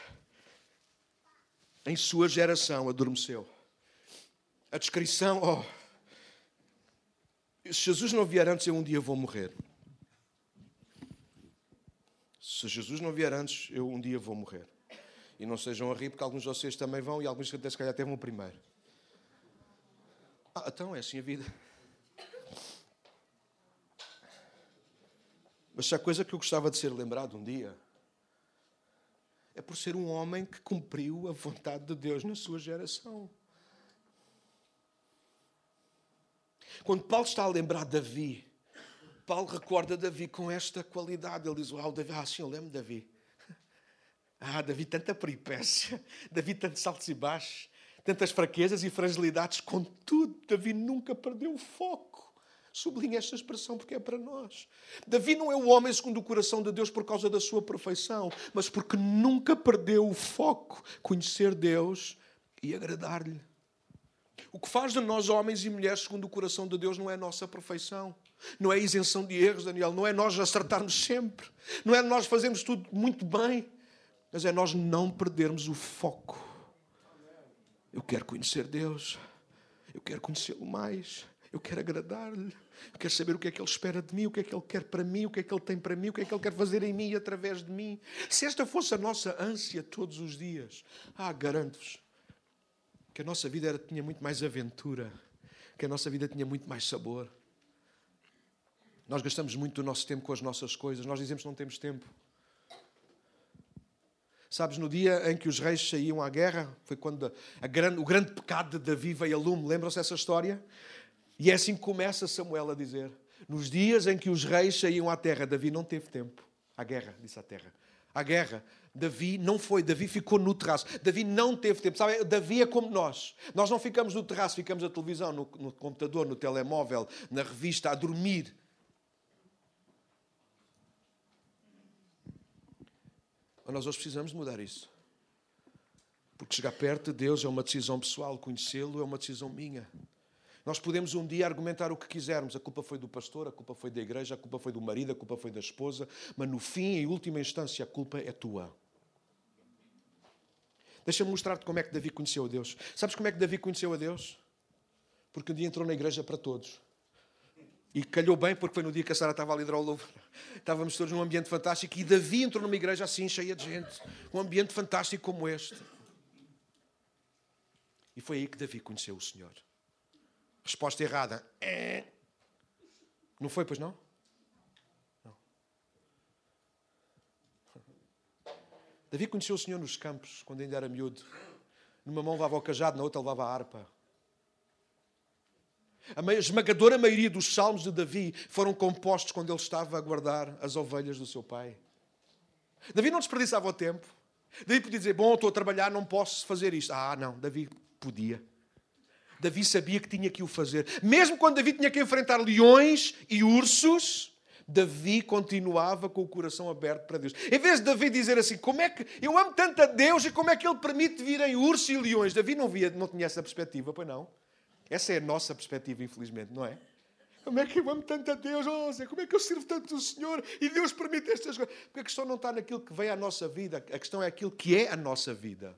em sua geração adormeceu. A descrição, oh, se Jesus não vier antes, eu um dia vou morrer. Se Jesus não vier antes, eu um dia vou morrer. E não sejam a rir, porque alguns de vocês também vão e alguns até se calhar até vão primeiro. Ah, então é assim a vida. Mas se há coisa que eu gostava de ser lembrado um dia, é por ser um homem que cumpriu a vontade de Deus na sua geração. Quando Paulo está a lembrar Davi, Paulo recorda Davi com esta qualidade. Ele diz, uau, Davi, ah, sim, eu lembro de Davi. Ah, Davi, tanta peripécia, Davi, tantos saltos e baixos, tantas fraquezas e fragilidades. Contudo, Davi nunca perdeu o foco. Sublinha esta expressão porque é para nós. Davi não é o homem segundo o coração de Deus por causa da sua perfeição, mas porque nunca perdeu o foco, conhecer Deus e agradar-lhe. O que faz de nós homens e mulheres segundo o coração de Deus não é a nossa perfeição. Não é a isenção de erros, Daniel. Não é nós acertarmos sempre. Não é nós fazermos tudo muito bem. Mas é nós não perdermos o foco. Eu quero conhecer Deus. Eu quero conhecê-lo mais. Eu quero agradar-lhe. Eu quero saber o que é que Ele espera de mim, o que é que Ele quer para mim, o que é que Ele tem para mim, o que é que Ele quer fazer em mim e através de mim. Se esta fosse a nossa ânsia todos os dias, ah, garanto-vos que a nossa vida era, tinha muito mais aventura, que a nossa vida tinha muito mais sabor. Nós gastamos muito do nosso tempo com as nossas coisas. Nós dizemos que não temos tempo. Sabes, no dia em que os reis saíam à guerra, foi quando a, a grande, o grande pecado de Davi veio a lume. Lembram-se dessa história? E é assim que começa Samuel a dizer. Nos dias em que os reis saíam à terra, Davi não teve tempo. À guerra, disse à terra. À guerra. Davi não foi. Davi ficou no terraço. Davi não teve tempo. Sabe, Davi é como nós. Nós não ficamos no terraço, ficamos na televisão, no, no computador, no telemóvel, na revista, a dormir. Mas nós hoje precisamos de mudar isso. Porque chegar perto de Deus é uma decisão pessoal. Conhecê-lo é uma decisão minha. Nós podemos um dia argumentar o que quisermos. A culpa foi do pastor, a culpa foi da igreja, a culpa foi do marido, a culpa foi da esposa. Mas no fim, em última instância, a culpa é tua. Deixa-me mostrar-te como é que Davi conheceu a Deus. Sabes como é que Davi conheceu a Deus? Porque um dia entrou na igreja para todos. E calhou bem porque foi no dia que a Sara estava a liderar o louvor. Estávamos todos num ambiente fantástico e Davi entrou numa igreja assim, cheia de gente. Um ambiente fantástico como este. E foi aí que Davi conheceu o Senhor. Resposta errada. É. Não foi, pois não? Não. Davi conheceu o Senhor nos campos, quando ainda era miúdo. Numa mão levava o cajado, na outra levava a harpa. A esmagadora maioria dos salmos de Davi foram compostos quando ele estava a guardar as ovelhas do seu pai. Davi não desperdiçava o tempo. Davi podia dizer, bom, estou a trabalhar, não posso fazer isto. Ah, não, Davi podia. Davi sabia que tinha que o fazer. Mesmo quando Davi tinha que enfrentar leões e ursos, Davi continuava com o coração aberto para Deus. Em vez de Davi dizer assim, como é que eu amo tanto a Deus e como é que Ele permite virem ursos e leões? Davi não, via, não tinha essa perspectiva, pois não? Essa é a nossa perspectiva, infelizmente, não é? Como é que eu amo tanto a Deus? Oh, Zé, como é que eu sirvo tanto o Senhor e Deus permite estas coisas? Porque a questão não está naquilo que vem à nossa vida. A questão é aquilo que é a nossa vida.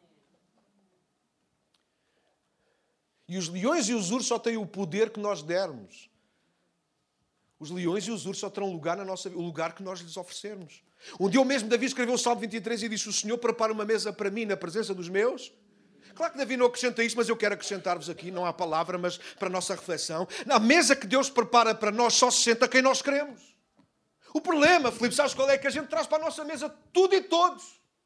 E os leões e os ursos só têm o poder que nós dermos. Os leões e os ursos só terão lugar na nossa vida, o lugar que nós lhes oferecermos. Um dia o mesmo Davi escreveu o Salmo vinte e três e disse, o Senhor prepara uma mesa para mim na presença dos meus. Claro que Davi não acrescenta isto, mas eu quero acrescentar-vos aqui, não há palavra, mas para a nossa reflexão. Na mesa que Deus prepara para nós só se senta quem nós queremos. O problema, Filipe, sabes qual é? Que a gente traz para a nossa mesa tudo e todos.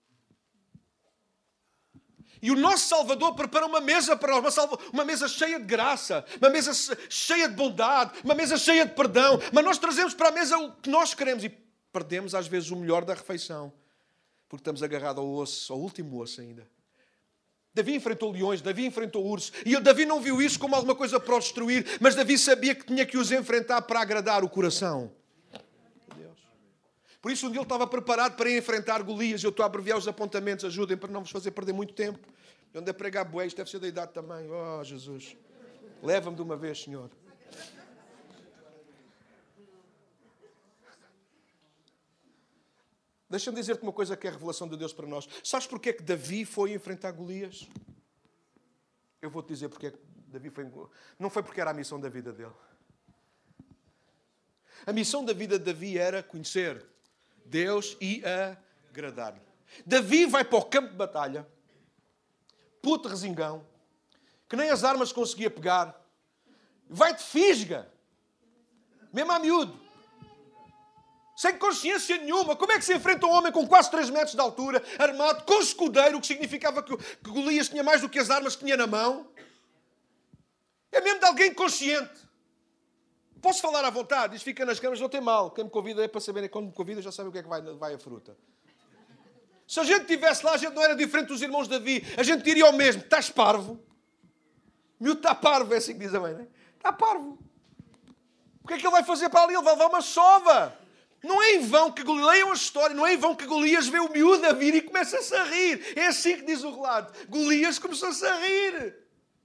E o nosso Salvador prepara uma mesa para nós, uma, salva, uma mesa cheia de graça, uma mesa cheia de bondade, uma mesa cheia de perdão. Mas nós trazemos para a mesa o que nós queremos e perdemos às vezes o melhor da refeição. Porque estamos agarrados ao osso, ao último osso ainda. Davi enfrentou leões, Davi enfrentou ursos. E Davi não viu isso como alguma coisa para os destruir, mas Davi sabia que tinha que os enfrentar para agradar o coração. Deus. Por isso um dia ele estava preparado para enfrentar Golias. Eu estou a abreviar os apontamentos, ajudem para não vos fazer perder muito tempo. Eu ando a pregar bué, isto deve ser da idade também. Oh, Jesus. Leva-me de uma vez, Senhor. Deixa-me dizer-te uma coisa que é a revelação de Deus para nós. Sabes porque é que Davi foi enfrentar Golias? Eu vou-te dizer porque é que Davi foi... Não foi porque era a missão da vida dele. A missão da vida de Davi era conhecer Deus e agradar-lhe. Davi vai para o campo de batalha, puto resingão, que nem as armas conseguia pegar. Vai de fisga, mesmo a miúdo. Sem consciência nenhuma. Como é que se enfrenta um homem com quase três metros de altura, armado, com escudeiro, o que significava que Golias tinha mais do que as armas que tinha na mão? É mesmo de alguém consciente. Posso falar à vontade? Isto fica nas câmaras, não tem mal. Quem me convida é para saber, quando me convida já sabe o que é que vai, vai a fruta. Se a gente estivesse lá, a gente não era diferente dos irmãos de Davi. A gente diria o mesmo. Estás parvo? Miúdo está parvo, é assim que diz a mãe, não é? Está parvo. O que é que ele vai fazer para ali? Ele vai levar uma sova. Não é em vão que leiam a história, não é em vão que Golias vê o miúdo a vir e começa-se a rir. É assim que diz o relato. Golias começou-se a rir.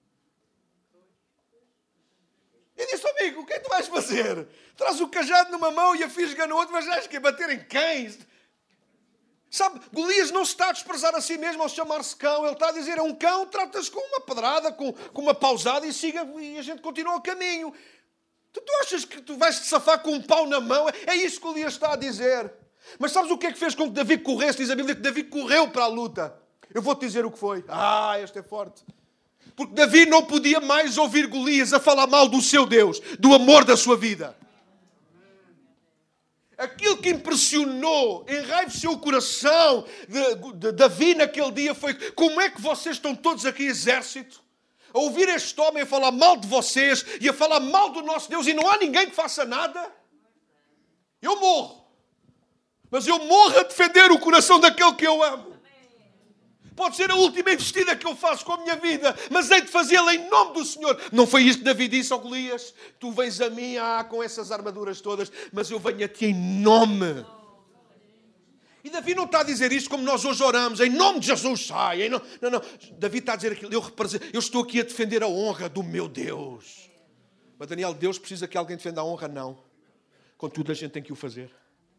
E disse, amigo, o que é que tu vais fazer? Traz o cajado numa mão e a fisga na outra, mas achas que é bater em cães? Sabe, Golias não se está a desprezar a si mesmo ao chamar-se cão. Ele está a dizer, é um cão, trata-se com uma pedrada, com, com uma pausada e, siga, e a gente continua o caminho. Tu, tu achas que tu vais te safar com um pau na mão? É isso que Golias está a dizer. Mas sabes o que é que fez com que Davi corresse? Diz a Bíblia que Davi correu para a luta. Eu vou-te dizer o que foi. Ah, este é forte. Porque Davi não podia mais ouvir Golias a falar mal do seu Deus, do amor da sua vida. Aquilo que impressionou, enraiveceu o coração de, de, de Davi naquele dia foi como é que vocês estão todos aqui, exército, a ouvir este homem a falar mal de vocês e a falar mal do nosso Deus e não há ninguém que faça nada? Eu morro. Mas eu morro a defender o coração daquele que eu amo. Pode ser a última investida que eu faço com a minha vida, mas hei de fazê-la em nome do Senhor. Não foi isto que Davi disse ao Golias? Tu vens a mim ah, com essas armaduras todas, mas eu venho a ti em nome. E Davi não está a dizer isto como nós hoje oramos, em nome de Jesus, sai. Em nome... Não, não. Davi está a dizer aquilo, eu, represento... eu estou aqui a defender a honra do meu Deus. Mas Daniel, Deus precisa que alguém defenda a honra? Não. Contudo, a gente tem que o fazer.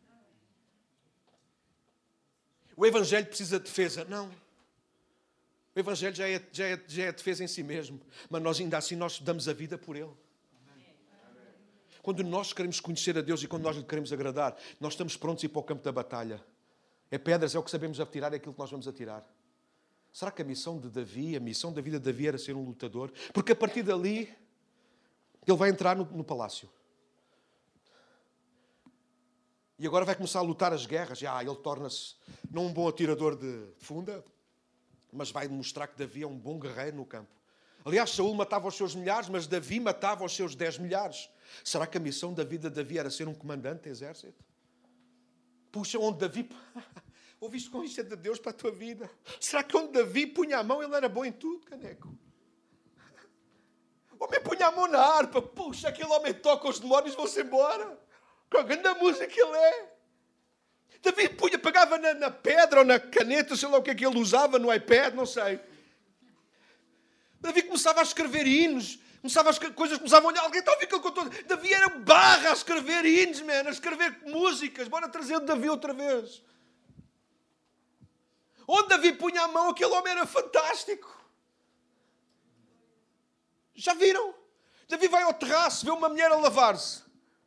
O Evangelho precisa de defesa? Não. O Evangelho já é, já, é, já é defesa em si mesmo. Mas nós ainda assim nós damos a vida por Ele. Quando nós queremos conhecer a Deus e quando nós lhe queremos agradar, nós estamos prontos a ir para o campo da batalha. É pedras, é o que sabemos atirar, é aquilo que nós vamos atirar. Será que a missão de Davi, a missão da vida de Davi era ser um lutador? Porque a partir dali, ele vai entrar no, no palácio. E agora vai começar a lutar as guerras. Ah, ele torna-se não um bom atirador de funda, mas vai mostrar que Davi é um bom guerreiro no campo. Aliás, Saúl matava os seus milhares, mas Davi matava os seus dez milhares. Será que a missão da vida de Davi era ser um comandante de exército? Puxa, onde Davi... Ouviste com isto é de Deus para a tua vida? Será que onde Davi punha a mão, ele era bom em tudo, caneco? O homem punha a mão na harpa. Puxa, aquele homem toca, os demónios vão-se embora. Que grande música que ele é. Davi punha, pegava na, na pedra ou na caneta, sei lá o que é que ele usava, no iPad, não sei. Davi começava a escrever hinos. Começava as coisas, começava a olhar. Alguém está a ouvir aquilo que eu estou... Davi era barra a escrever hinos, man, a escrever músicas. Bora trazer o Davi outra vez. Onde Davi punha a mão, aquele homem era fantástico. Já viram? Davi vai ao terraço, vê uma mulher a lavar-se.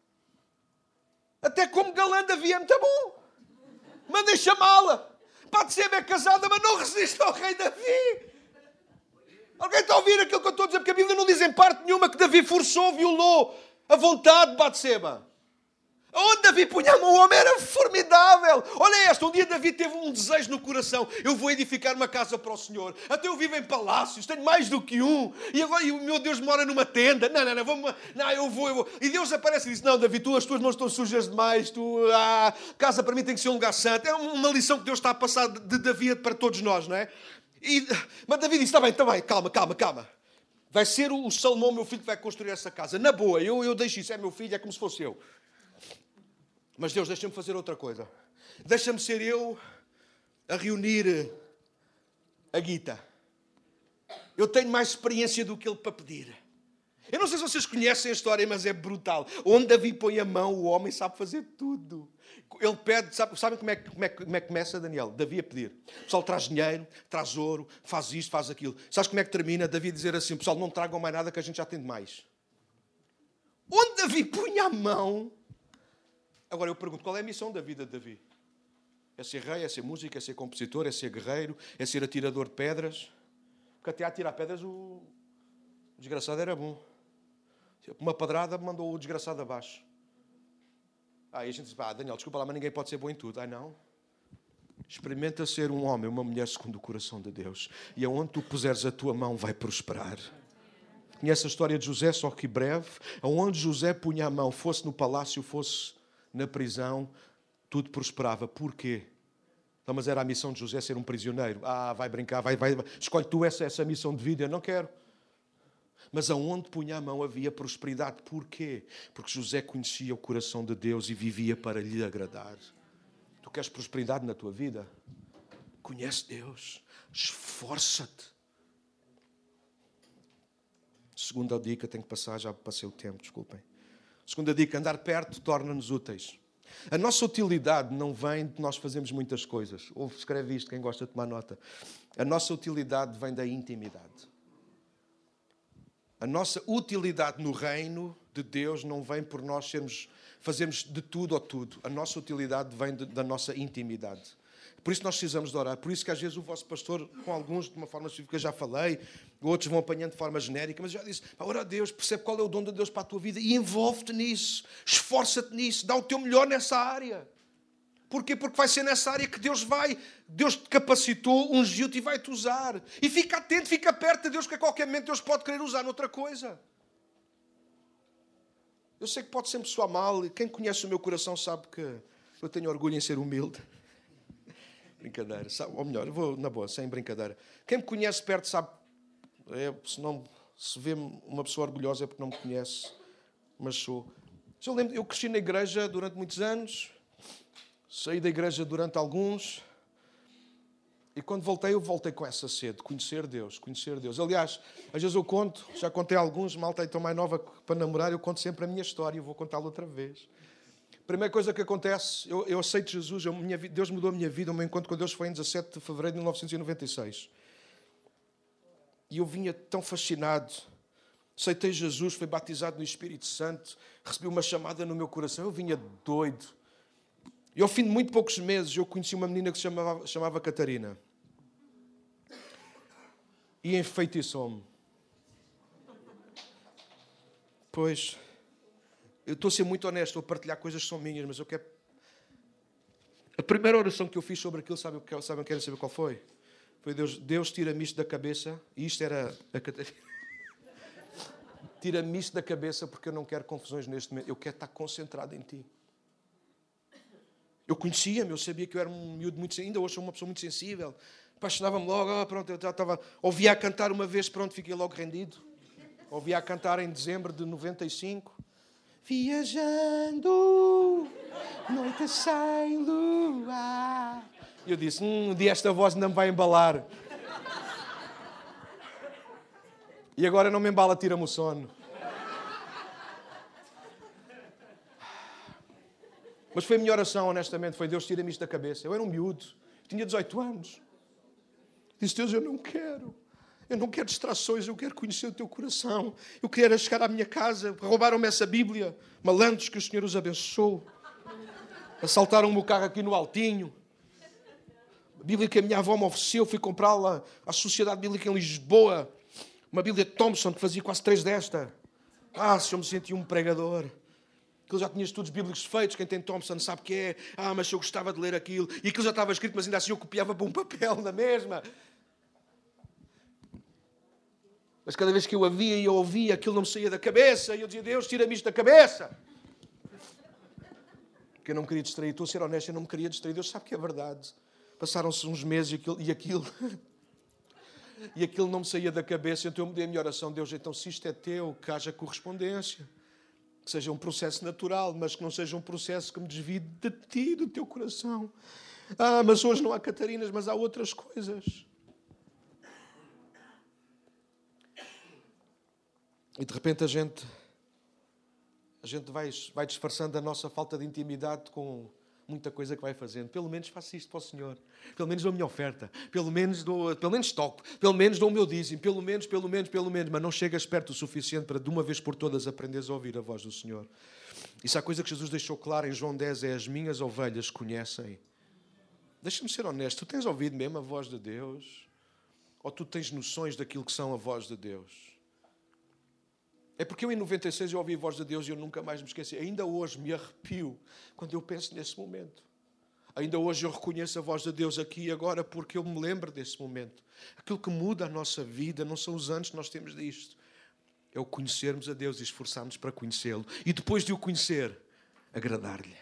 Até como galã Davi é muito bom. Mandem chamá-la. Batseba é casada, mas não resiste ao rei Davi. Alguém está a ouvir aquilo que eu estou a dizer? Porque a Bíblia não diz em parte nenhuma que Davi forçou, violou a vontade de Batseba. Onde Davi punha a mão, o homem era formidável. Olha esta, um dia Davi teve um desejo no coração. Eu vou edificar uma casa para o Senhor. Até eu vivo em palácios, tenho mais do que um. E agora e o meu Deus mora numa tenda. Não, não, não, vamos, não eu, vou, eu vou. E Deus aparece e diz, não, Davi, tu, as tuas mãos estão sujas demais. Tu, ah, casa para mim tem que ser um lugar santo. É uma lição que Deus está a passar de Davi para todos nós, não é? E, mas Davi disse, está bem, está bem, calma, calma, calma. Vai ser o Salomão, meu filho, que vai construir essa casa. Na boa, eu, eu deixo isso, é meu filho, é como se fosse eu. Mas Deus, deixa-me fazer outra coisa. Deixa-me ser eu a reunir a guita. Eu tenho mais experiência do que ele para pedir. Eu não sei se vocês conhecem a história, mas é brutal. Onde Davi põe a mão, o homem sabe fazer tudo. Ele pede, sabe, sabem como é, como, é, como é que começa, Daniel? Davi a pedir. O pessoal traz dinheiro, traz ouro, faz isto, faz aquilo. Sabes como é que termina? Davi a dizer assim, pessoal, não tragam mais nada que a gente já tem demais. Onde Davi punha a mão... Agora eu pergunto, qual é a missão da vida de Davi? É ser rei, é ser músico, é ser compositor, é ser guerreiro, é ser atirador de pedras? Porque até a atirar pedras o desgraçado era bom. Uma padrada mandou o desgraçado abaixo. Ah, e a gente diz, ah, Daniel, desculpa lá, mas ninguém pode ser bom em tudo. Ah, não? Experimenta ser um homem, uma mulher segundo o coração de Deus. E aonde tu puseres a tua mão vai prosperar. Conhece a história de José, só que breve? Aonde José punha a mão, fosse no palácio, fosse... na prisão, tudo prosperava. Porquê? Então, mas era a missão de José ser um prisioneiro. Ah, vai brincar, vai, vai, escolhe tu essa, essa missão de vida. Eu não quero. Mas aonde punha a mão havia prosperidade. Porquê? Porque José conhecia o coração de Deus e vivia para lhe agradar. Tu queres prosperidade na tua vida? Conhece Deus. Esforça-te. Segunda dica, tenho que passar, já passei o tempo, desculpem. Segunda dica, andar perto torna-nos úteis. A nossa utilidade não vem de nós fazermos muitas coisas. Ou escreve isto, quem gosta de tomar nota. A nossa utilidade vem da intimidade. A nossa utilidade no reino de Deus não vem por nós sermos, fazermos de tudo ou tudo. A nossa utilidade vem de, da nossa intimidade. Por isso nós precisamos de orar. Por isso que às vezes o vosso pastor, com alguns de uma forma específica, já falei, outros vão apanhando de forma genérica, mas já disse, ora a Deus, percebe qual é o dom de Deus para a tua vida e envolve-te nisso, esforça-te nisso, dá o teu melhor nessa área. Porquê? Porque vai ser nessa área que Deus vai, Deus te capacitou, ungiu-te e vai-te usar. E fica atento, fica perto de Deus, que a qualquer momento Deus pode querer usar noutra coisa. Eu sei que pode sempre soar mal, e quem conhece o meu coração sabe que eu tenho orgulho em ser humilde. Brincadeira, sabe? Ou melhor, eu vou na boa, sem brincadeira. Quem me conhece perto sabe, é, se, não, se vê uma pessoa orgulhosa é porque não me conhece, mas sou. Eu, lembro, eu cresci na igreja durante muitos anos, saí da igreja durante alguns, e quando voltei, eu voltei com essa sede, conhecer Deus, conhecer Deus. Aliás, às vezes eu conto, já contei a alguns, malta então mais nova para namorar, eu conto sempre a minha história, eu vou contá-la outra vez. Primeira coisa que acontece, eu, eu aceito Jesus, eu, minha, Deus mudou a minha vida, o meu encontro com Deus foi em dezassete de fevereiro de mil novecentos e noventa e seis. E eu vinha tão fascinado, aceitei Jesus, fui batizado no Espírito Santo, recebi uma chamada no meu coração, eu vinha doido. E ao fim de muito poucos meses, eu conheci uma menina que se chamava, chamava Catarina. E enfeitiçou-me. Pois... Eu estou a ser muito honesto, estou a partilhar coisas que são minhas, mas eu quero... A primeira oração que eu fiz sobre aquilo, sabem o que sabem, querem saber qual foi? Foi Deus, Deus tira-me isto da cabeça, e isto era a Catarina. Tira-me isto da cabeça porque eu não quero confusões neste momento. Eu quero estar concentrado em Ti. Eu conhecia-me, eu sabia que eu era um miúdo muito sensível. Ainda hoje sou uma pessoa muito sensível. Apaixonava-me logo. Oh, pronto, eu já estava... Ouvia a cantar uma vez, pronto, fiquei logo rendido. Ouvia a cantar em dezembro de noventa e cinco. Viajando, noite sem lua. E eu disse, hum, um dia esta voz ainda me vai embalar. E agora não me embala, tira-me o sono. Mas foi a minha oração, honestamente, foi Deus, tira-me isto da cabeça. Eu era um miúdo, tinha dezoito anos. Disse, Deus, eu não quero. Eu não quero distrações, eu quero conhecer o Teu coração. Eu quero chegar à minha casa, roubaram-me essa Bíblia. Malandros, que o Senhor os abençoe. Assaltaram-me o carro aqui no Altinho. A Bíblia que a minha avó me ofereceu, fui comprá-la à Sociedade Bíblica em Lisboa. Uma Bíblia Thompson, que fazia quase três desta. Ah, se eu me sentia um pregador. Aquilo já tinha estudos bíblicos feitos, quem tem Thompson sabe o que é. Ah, mas eu gostava de ler aquilo. E aquilo já estava escrito, mas ainda assim eu copiava para um papel na mesma. Mas cada vez que eu a via e eu ouvia, aquilo não me saía da cabeça. E eu dizia, Deus, tira-me isto da cabeça. Porque eu não me queria distrair. Estou a ser honesto, eu não me queria distrair. Deus sabe que é verdade. Passaram-se uns meses e aquilo... E aquilo... E aquilo não me saía da cabeça, então eu mudei a minha oração. Deus, então se isto é teu, que haja correspondência. Que seja um processo natural, mas que não seja um processo que me desvie de ti, do teu coração. Ah, mas hoje não há Catarinas, mas há outras coisas. E de repente a gente, a gente vai, vai disfarçando a nossa falta de intimidade com... muita coisa que vai fazendo. Pelo menos faço isto para o Senhor. Pelo menos dou a minha oferta. Pelo menos, dou, pelo menos toco. Pelo menos dou o meu dízimo. Pelo menos, pelo menos, pelo menos. Mas não chegas perto o suficiente para de uma vez por todas aprenderes a ouvir a voz do Senhor. Isso é a coisa que Jesus deixou clara em João dez. É as minhas ovelhas conhecem. Deixa-me ser honesto. Tu tens ouvido mesmo a voz de Deus? Ou tu tens noções daquilo que são a voz de Deus? É porque eu em noventa e seis eu ouvi a voz de Deus e eu nunca mais me esqueci. Ainda hoje me arrepio quando eu penso nesse momento. Ainda hoje eu reconheço a voz de Deus aqui e agora porque eu me lembro desse momento. Aquilo que muda a nossa vida não são os anos que nós temos disto. É o conhecermos a Deus e esforçarmos para conhecê-lo. E depois de o conhecer, agradar-lhe.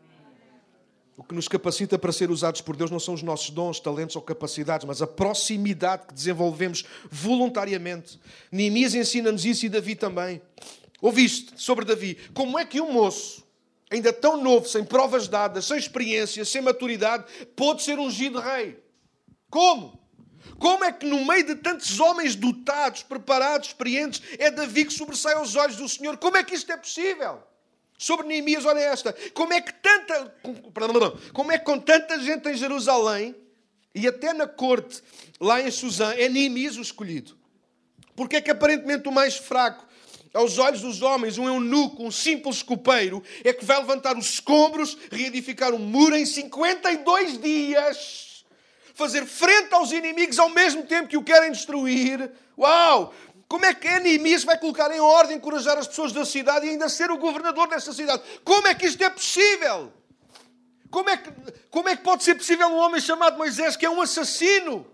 O que nos capacita para ser usados por Deus não são os nossos dons, talentos ou capacidades, mas a proximidade que desenvolvemos voluntariamente. Neemias ensina-nos isso e Davi também. Ouviste sobre Davi? Como é que um moço, ainda tão novo, sem provas dadas, sem experiência, sem maturidade, pôde ser ungido rei? Como? Como é que no meio de tantos homens dotados, preparados, experientes, é Davi que sobressai aos olhos do Senhor? Como é que isto é possível? Sobre Neemias, olha esta. Como é que tanta, como é que com tanta gente em Jerusalém e até na corte, lá em Susã, é Neemias o escolhido? Porque é que aparentemente o mais fraco, aos olhos dos homens, um eunuco, um simples copeiro, é que vai levantar os escombros, reedificar um muro em cinquenta e dois dias, fazer frente aos inimigos ao mesmo tempo que o querem destruir? Uau! Como é que Neemias vai colocar em ordem, encorajar as pessoas da cidade e ainda ser o governador dessa cidade? Como é que isto é possível? Como é que, como é que pode ser possível um homem chamado Moisés, que é um assassino?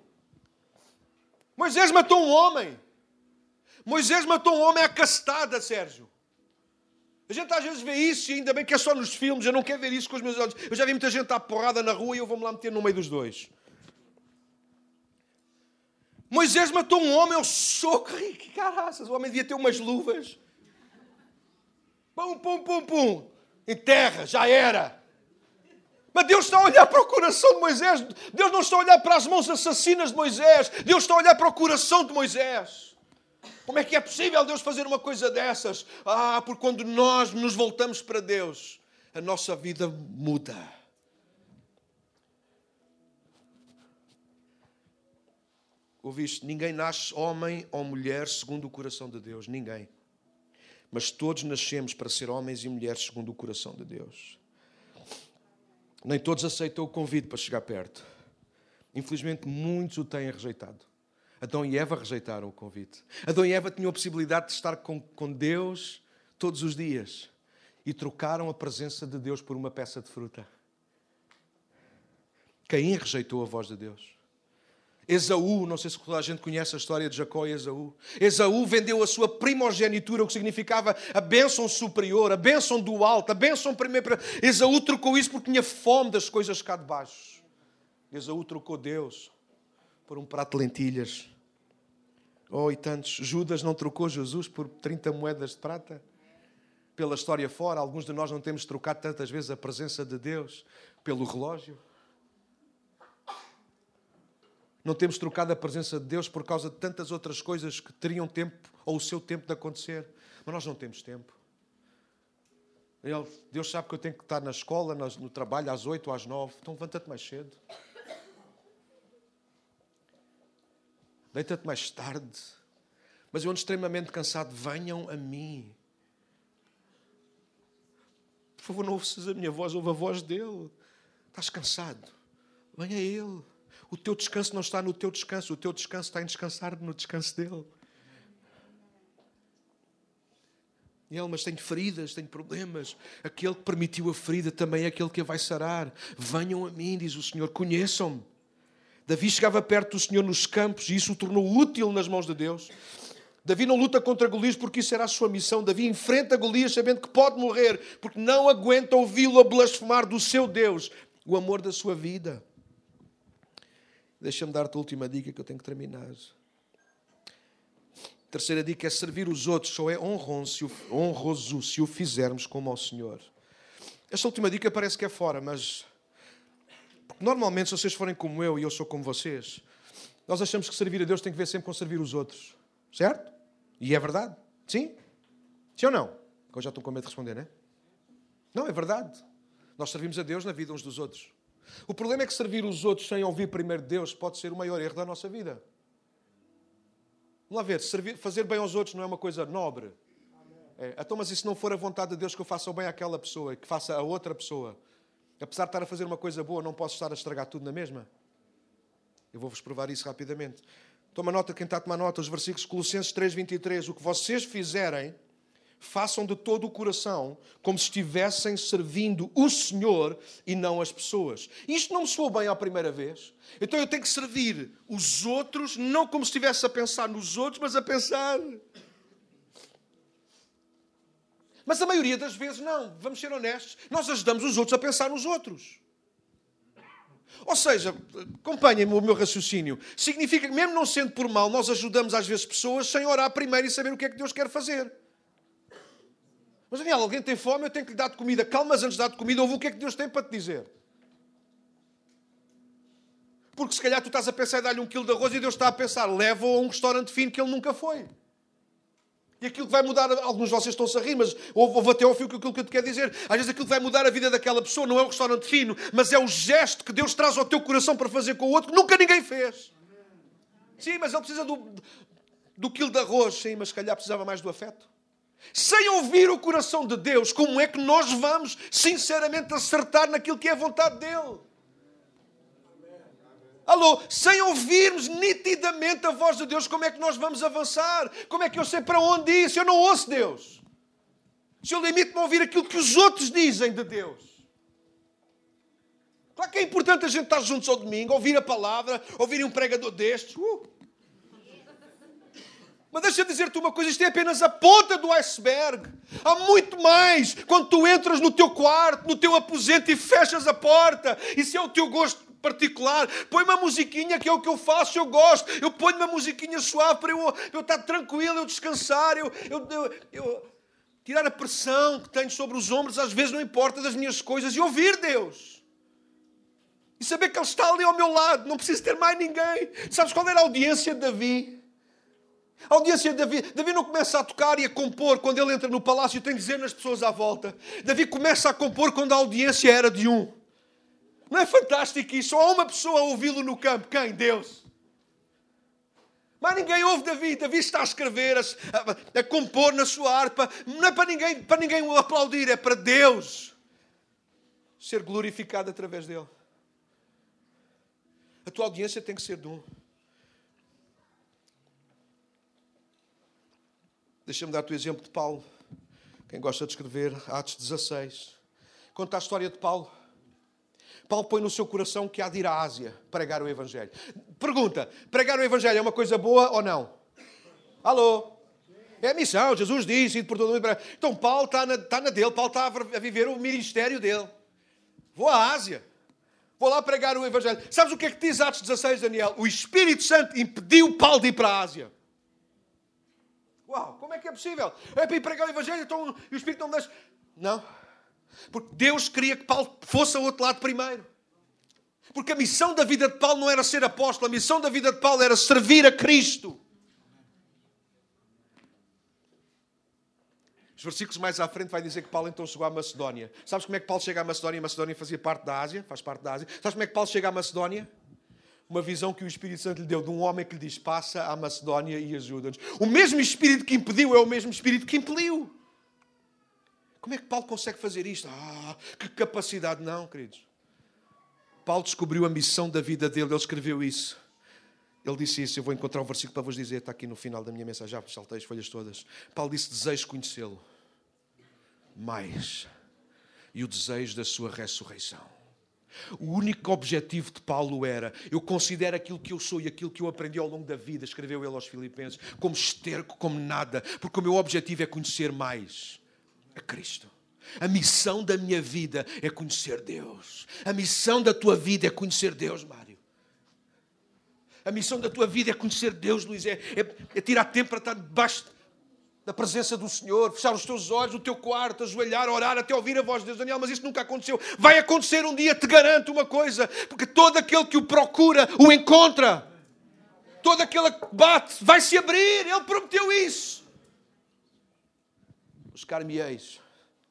Moisés matou um homem. Moisés matou um homem à castada, Sérgio. A gente às vezes vê isso e ainda bem que é só nos filmes. Eu não quero ver isso com os meus olhos. Eu já vi muita gente à porrada na rua e eu vou-me lá meter no meio dos dois. Moisés matou um homem ao soco. Que caraças, o homem devia ter umas luvas. Pum, pum, pum, pum. Em terra, já era. Mas Deus está a olhar para o coração de Moisés. Deus não está a olhar para as mãos assassinas de Moisés. Deus está a olhar para o coração de Moisés. Como é que é possível Deus fazer uma coisa dessas? Ah, porque quando nós nos voltamos para Deus, a nossa vida muda. Ouviste? Ninguém nasce homem ou mulher segundo o coração de Deus. Ninguém. Mas todos nascemos para ser homens e mulheres segundo o coração de Deus. Nem todos aceitam o convite para chegar perto. Infelizmente, muitos o têm rejeitado. Adão e Eva rejeitaram o convite. Adão e Eva tinham a possibilidade de estar com, com Deus todos os dias. E trocaram a presença de Deus por uma peça de fruta. Caim rejeitou a voz de Deus. Esaú, não sei se toda a gente conhece a história de Jacó e Esaú. Esaú vendeu a sua primogenitura, o que significava a bênção superior, a bênção do alto, a bênção primeira. Esaú trocou isso porque tinha fome das coisas cá de baixo. Esaú trocou Deus por um prato de lentilhas. Oh, e tantos. Judas não trocou Jesus por trinta moedas de prata? Pela história fora, alguns de nós não temos trocado tantas vezes a presença de Deus pelo relógio. Não temos trocado a presença de Deus por causa de tantas outras coisas que teriam tempo, ou o seu tempo de acontecer. Mas nós não temos tempo. Ele, Deus sabe que eu tenho que estar na escola, no trabalho, às oito ou às nove. Então levanta-te mais cedo. Deita-te mais tarde. Mas eu ando extremamente cansado. Venham a mim. Por favor, não ouças a minha voz, ouve a voz dele. Estás cansado? Venha a ele. O teu descanso não está no teu descanso. O teu descanso está em descansar no descanso dele. E ele, mas tenho feridas, tenho problemas. Aquele que permitiu a ferida também é aquele que a vai sarar. Venham a mim, diz o Senhor, conheçam-me. Davi chegava perto do Senhor nos campos e isso o tornou útil nas mãos de Deus. Davi não luta contra Golias porque isso era a sua missão. Davi enfrenta Golias sabendo que pode morrer porque não aguenta ouvi-lo a blasfemar do seu Deus, o amor da sua vida. Deixa-me dar-te a última dica que eu tenho que terminar. A terceira dica é servir os outros. Só é honroso se o fizermos como ao Senhor. Esta última dica parece que é fora, mas... Normalmente, se vocês forem como eu e eu sou como vocês, nós achamos que servir a Deus tem que ver sempre com servir os outros. Certo? E é verdade. Sim? Sim ou não? Eu já estou com medo de responder, não é? Não, é verdade. Nós servimos a Deus na vida uns dos outros. O problema é que servir os outros sem ouvir primeiro Deus pode ser o maior erro da nossa vida. Vamos lá ver, servir, fazer bem aos outros não é uma coisa nobre. É, então, mas e se não for a vontade de Deus que eu faça o bem àquela pessoa, que faça a outra pessoa? Apesar de estar a fazer uma coisa boa, não posso estar a estragar tudo na mesma? Eu vou-vos provar isso rapidamente. Toma nota, quem está a tomar nota, os versículos Colossenses três, vinte e três. O que vocês fizerem, façam de todo o coração, como se estivessem servindo o Senhor e não as pessoas. Isto não me soou bem à primeira vez. Então eu tenho que servir os outros, não como se estivesse a pensar nos outros, mas a pensar... Mas a maioria das vezes não. Vamos ser honestos. Nós ajudamos os outros a pensar nos outros. Ou seja, acompanhem-me o meu raciocínio. Significa que, mesmo não sendo por mal, nós ajudamos às vezes pessoas sem orar primeiro e saber o que é que Deus quer fazer. Mas, Daniel, alguém tem fome, eu tenho que lhe dar de comida. Calma, mas antes de dar de comida, ouve o que é que Deus tem para te dizer. Porque se calhar tu estás a pensar em dar-lhe um quilo de arroz e Deus está a pensar, leva-o a um restaurante fino que ele nunca foi. E aquilo que vai mudar, alguns de vocês estão-se a rir, mas ouve até ao fio aquilo que eu te quero dizer. Às vezes aquilo que vai mudar a vida daquela pessoa não é o restaurante fino, mas é o gesto que Deus traz ao teu coração para fazer com o outro que nunca ninguém fez. Sim, mas ele precisa do, do quilo de arroz. Sim, mas se calhar precisava mais do afeto. Sem ouvir o coração de Deus, como é que nós vamos sinceramente acertar naquilo que é a vontade dele? Alô, sem ouvirmos nitidamente a voz de Deus, como é que nós vamos avançar? Como é que eu sei para onde ir se eu não ouço Deus? Se eu limito-me a ouvir aquilo que os outros dizem de Deus? Claro que é importante a gente estar juntos ao domingo, ouvir a palavra, ouvir um pregador destes. Uh. Mas deixa-me dizer-te uma coisa, isto é apenas a ponta do iceberg. Há muito mais quando tu entras no teu quarto, no teu aposento e fechas a porta. Isso é o teu gosto particular. Põe uma musiquinha, que é o que eu faço, eu gosto. Eu ponho uma musiquinha suave para eu, eu estar tranquilo, eu descansar, eu, eu, eu, eu tirar a pressão que tenho sobre os ombros, às vezes não importa, das minhas coisas, e ouvir Deus. E saber que Ele está ali ao meu lado, não preciso ter mais ninguém. Sabes qual era a audiência de Davi? A audiência de Davi, Davi não começa a tocar e a compor quando ele entra no palácio e tem de dizer nas pessoas à volta. Davi começa a compor quando a audiência era de um. Não é fantástico isso? Só há uma pessoa a ouvi-lo no campo. Quem? Deus. Mas ninguém ouve Davi. Davi está a escrever, a, a, a compor na sua harpa. Não é para ninguém, para ninguém o aplaudir, é para Deus ser glorificado através dele. A tua audiência tem que ser de um. Deixa-me dar-te o exemplo de Paulo. Quem gosta de escrever, Atos dezasseis. Conta a história de Paulo. Paulo põe no seu coração que há de ir à Ásia pregar o Evangelho. Pergunta, pregar o Evangelho é uma coisa boa ou não? Alô? É a missão, Jesus disse, e por todo mundo. Então Paulo está na, está na dele, Paulo está a viver o ministério dele. Vou à Ásia, vou lá pregar o Evangelho. Sabes o que é que diz Atos dezasseis, Daniel? O Espírito Santo impediu Paulo de ir para a Ásia. Uau, como é que é possível? É para ir pregar o Evangelho, então o Espírito não deixa. Não, porque Deus queria que Paulo fosse ao outro lado primeiro. Porque a missão da vida de Paulo não era ser apóstolo, a missão da vida de Paulo era servir a Cristo. Os versículos mais à frente vai dizer que Paulo então chegou à Macedónia. Sabes como é que Paulo chega à Macedónia? A Macedónia fazia parte da Ásia, faz parte da Ásia. Sabes como é que Paulo chega à Macedónia? Uma visão que o Espírito Santo lhe deu de um homem que lhe diz, passa à Macedónia e ajuda-nos. O mesmo Espírito que impediu é o mesmo Espírito que impeliu. Como é que Paulo consegue fazer isto? Ah, que capacidade! Não, queridos. Paulo descobriu a missão da vida dele, ele escreveu isso. Ele disse isso, eu vou encontrar um versículo para vos dizer, está aqui no final da minha mensagem, já saltei as folhas todas. Paulo disse, desejo conhecê-lo mais, e o desejo da sua ressurreição. O único objetivo de Paulo era, eu considero aquilo que eu sou e aquilo que eu aprendi ao longo da vida, escreveu ele aos Filipenses, como esterco, como nada, porque o meu objetivo é conhecer mais a Cristo. A missão da minha vida é conhecer Deus. A missão da tua vida é conhecer Deus, Mário. A missão da tua vida é conhecer Deus, Luís. É, é, é tirar tempo para estar debaixo da presença do Senhor, fechar os teus olhos, o teu quarto, ajoelhar, orar, até ouvir a voz de Deus. Daniel, mas isso nunca aconteceu. Vai acontecer um dia, te garanto uma coisa, porque todo aquele que o procura, o encontra. Todo aquele que bate, vai se abrir. Ele prometeu isso. Buscar-me-eis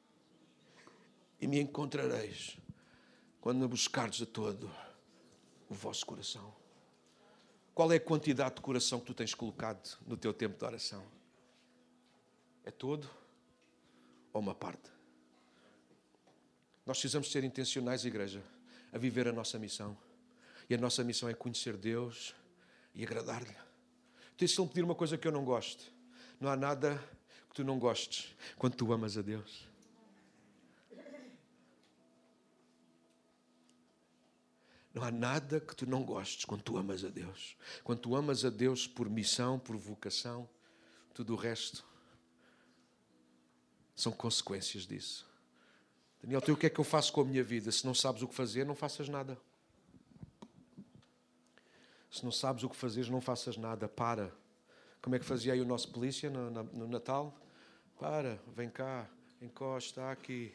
e me encontrareis quando me buscardes de todo o vosso coração. Qual é a quantidade de coração que tu tens colocado no teu tempo de oração? É todo ou uma parte? Nós precisamos ser intencionais, igreja, a viver a nossa missão. E a nossa missão é conhecer Deus e agradar-lhe. Então, se Ele me pedir uma coisa que eu não gosto, não há nada que tu não gostes quando tu amas a Deus. Não há nada que tu não gostes quando tu amas a Deus. Quando tu amas a Deus por missão, por vocação, tudo o resto são consequências disso. Daniel, tu, o que é que eu faço com a minha vida? Se não sabes o que fazer, não faças nada. Se não sabes o que fazer, não faças nada. Para. Como é que fazia aí o nosso polícia no, no Natal? Para, vem cá, encosta aqui.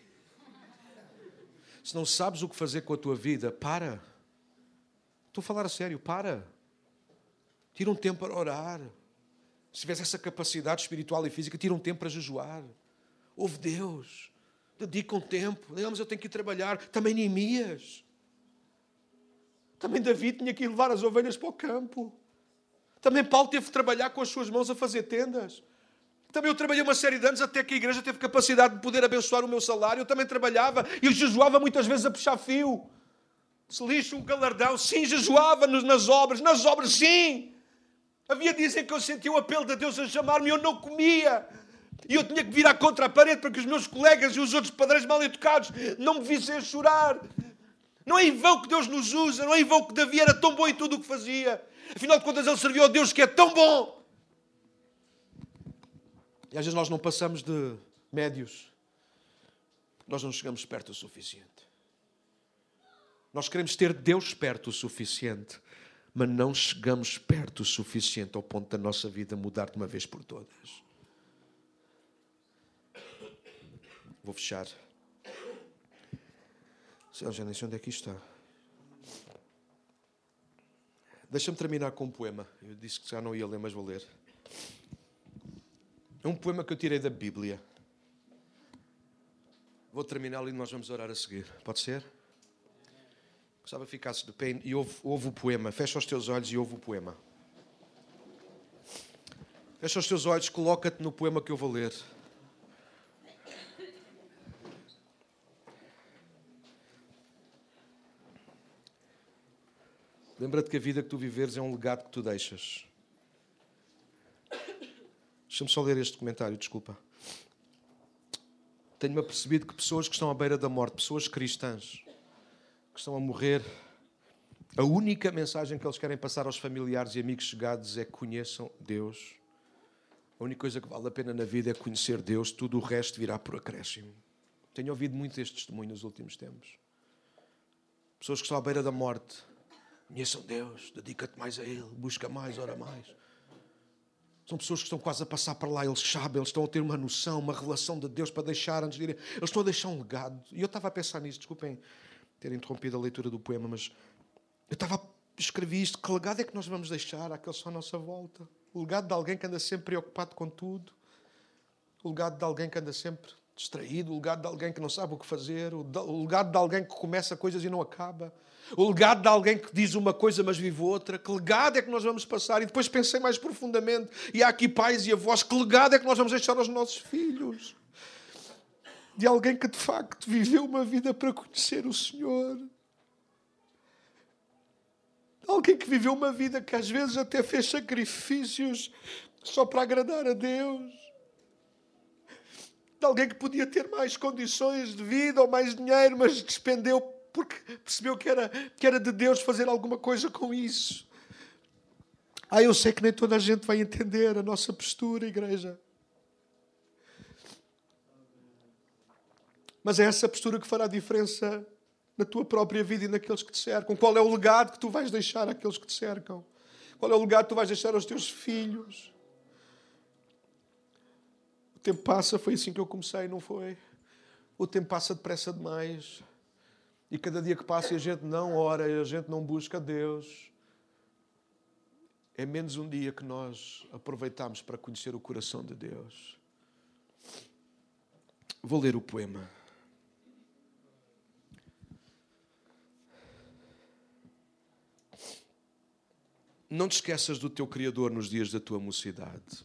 Se não sabes o que fazer com a tua vida, para. Estou a falar a sério, para. Tira um tempo para orar. Se tiveres essa capacidade espiritual e física, tira um tempo para jejuar. Ouve Deus. Dedica um tempo. Não, mas eu tenho que ir trabalhar. Também Neemias. Também Davi tinha que ir levar as ovelhas para o campo. Também Paulo teve que trabalhar com as suas mãos a fazer tendas. Também eu trabalhei uma série de anos até que a igreja teve capacidade de poder abençoar o meu salário. Eu também trabalhava e eu jejuava muitas vezes a puxar fio. Se lixo, um galardão. Sim, jejuava nas obras. Nas obras, sim. Havia dias em que eu sentia o apelo de Deus a chamar-me e eu não comia. E eu tinha que virar contra a parede para que os meus colegas e os outros padrões mal educados não me vissem a chorar. Não é em vão que Deus nos usa. Não é em vão que Davi era tão bom em tudo o que fazia. Afinal de contas, ele serviu a Deus que é tão bom. E às vezes nós não passamos de médios. Nós não chegamos perto o suficiente. Nós queremos ter Deus perto o suficiente, mas não chegamos perto o suficiente ao ponto da nossa vida mudar de uma vez por todas. Vou fechar. Eu já nem sei onde é que isto está. Deixa-me terminar com um poema. Eu disse que já não ia ler, mas vou ler. É um poema que eu tirei da Bíblia. Vou terminar e nós vamos orar a seguir. Pode ser? Gostava que ficasses de pé e ouve, ouve o poema. Fecha os teus olhos e ouve o poema. Fecha os teus olhos, coloca-te no poema que eu vou ler. Lembra-te que a vida que tu viveres é um legado que tu deixas. Deixa-me só ler este comentário, desculpa. Tenho-me apercebido que pessoas que estão à beira da morte, pessoas cristãs, que estão a morrer A única mensagem que eles querem passar aos familiares e amigos chegados é que conheçam Deus. A única coisa que vale a pena na vida é conhecer Deus, tudo o resto virá por acréscimo. Tenho ouvido muito este testemunho nos últimos tempos. Pessoas que estão à beira da morte. Conheçam Deus, dedica-te mais a Ele, busca mais, ora mais. São pessoas que estão quase a passar para lá, eles sabem, eles estão a ter uma noção, uma revelação de Deus para deixar antes de irem. Eles estão a deixar um legado. E eu estava a pensar nisso, desculpem ter interrompido a leitura do poema, mas eu estava a escrever isto. Que legado é que nós vamos deixar àqueles que estão à nossa volta? O legado de alguém que anda sempre preocupado com tudo. O legado de alguém que anda sempre distraído. O legado de alguém que não sabe o que fazer. O legado de alguém que começa coisas e não acaba. O legado de alguém que diz uma coisa mas vive outra. Que legado é que nós vamos passar? E depois pensei mais profundamente. E há aqui pais e avós. Que legado é que nós vamos deixar aos nossos filhos? De alguém que de facto viveu uma vida para conhecer o Senhor. Alguém que viveu uma vida que às vezes até fez sacrifícios só para agradar a Deus. De alguém que podia ter mais condições de vida ou mais dinheiro, mas despendeu porque percebeu que era, que era de Deus fazer alguma coisa com isso. Ah, eu sei que nem toda a gente vai entender a nossa postura, igreja. Mas é essa postura que fará a diferença na tua própria vida e naqueles que te cercam. Qual é o legado que tu vais deixar àqueles que te cercam? Qual é o legado que tu vais deixar aos teus filhos? O tempo passa, foi assim que eu comecei, não foi? O tempo passa depressa demais. E cada dia que passa e a gente não ora, e a gente não busca Deus, é menos um dia que nós aproveitamos para conhecer o coração de Deus. Vou ler o poema. Não te esqueças do teu Criador nos dias da tua mocidade.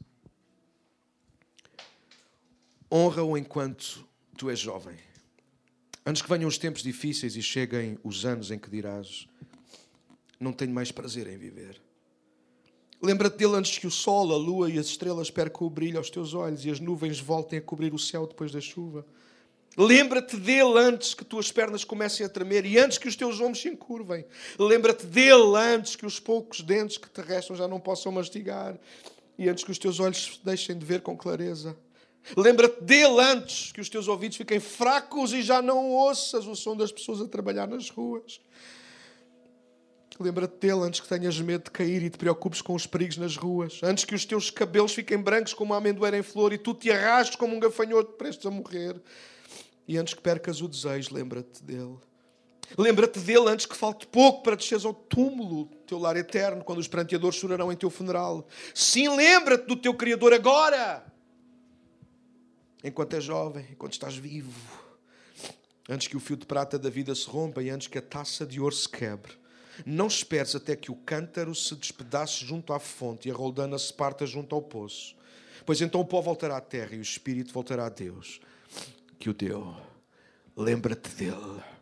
Honra-o enquanto tu és jovem. Antes que venham os tempos difíceis e cheguem os anos em que dirás: não tenho mais prazer em viver. Lembra-te dele antes que o sol, a lua e as estrelas percam o brilho aos teus olhos e as nuvens voltem a cobrir o céu depois da chuva. Lembra-te dele antes que tuas pernas comecem a tremer e antes que os teus ombros se encurvem. Lembra-te dele antes que os poucos dentes que te restam já não possam mastigar e antes que os teus olhos deixem de ver com clareza. Lembra-te dele antes que os teus ouvidos fiquem fracos e já não ouças o som das pessoas a trabalhar nas ruas. Lembra-te dele antes que tenhas medo de cair e te preocupes com os perigos nas ruas. Antes que os teus cabelos fiquem brancos como uma amendoeira em flor e tu te arrastes como um gafanhoto prestes a morrer. E antes que percas o desejo, lembra-te dele. Lembra-te dele antes que falte pouco para desceres ao túmulo, teu lar eterno, quando os pranteadores chorarão em teu funeral. Sim, lembra-te do teu Criador agora. Enquanto és jovem, enquanto estás vivo. Antes que o fio de prata da vida se rompa e antes que a taça de ouro se quebre. Não esperes até que o cântaro se despedace junto à fonte e a roldana se parta junto ao poço. Pois então o pó voltará à terra e o espírito voltará a Deus, que o deu. Lembra-te dele.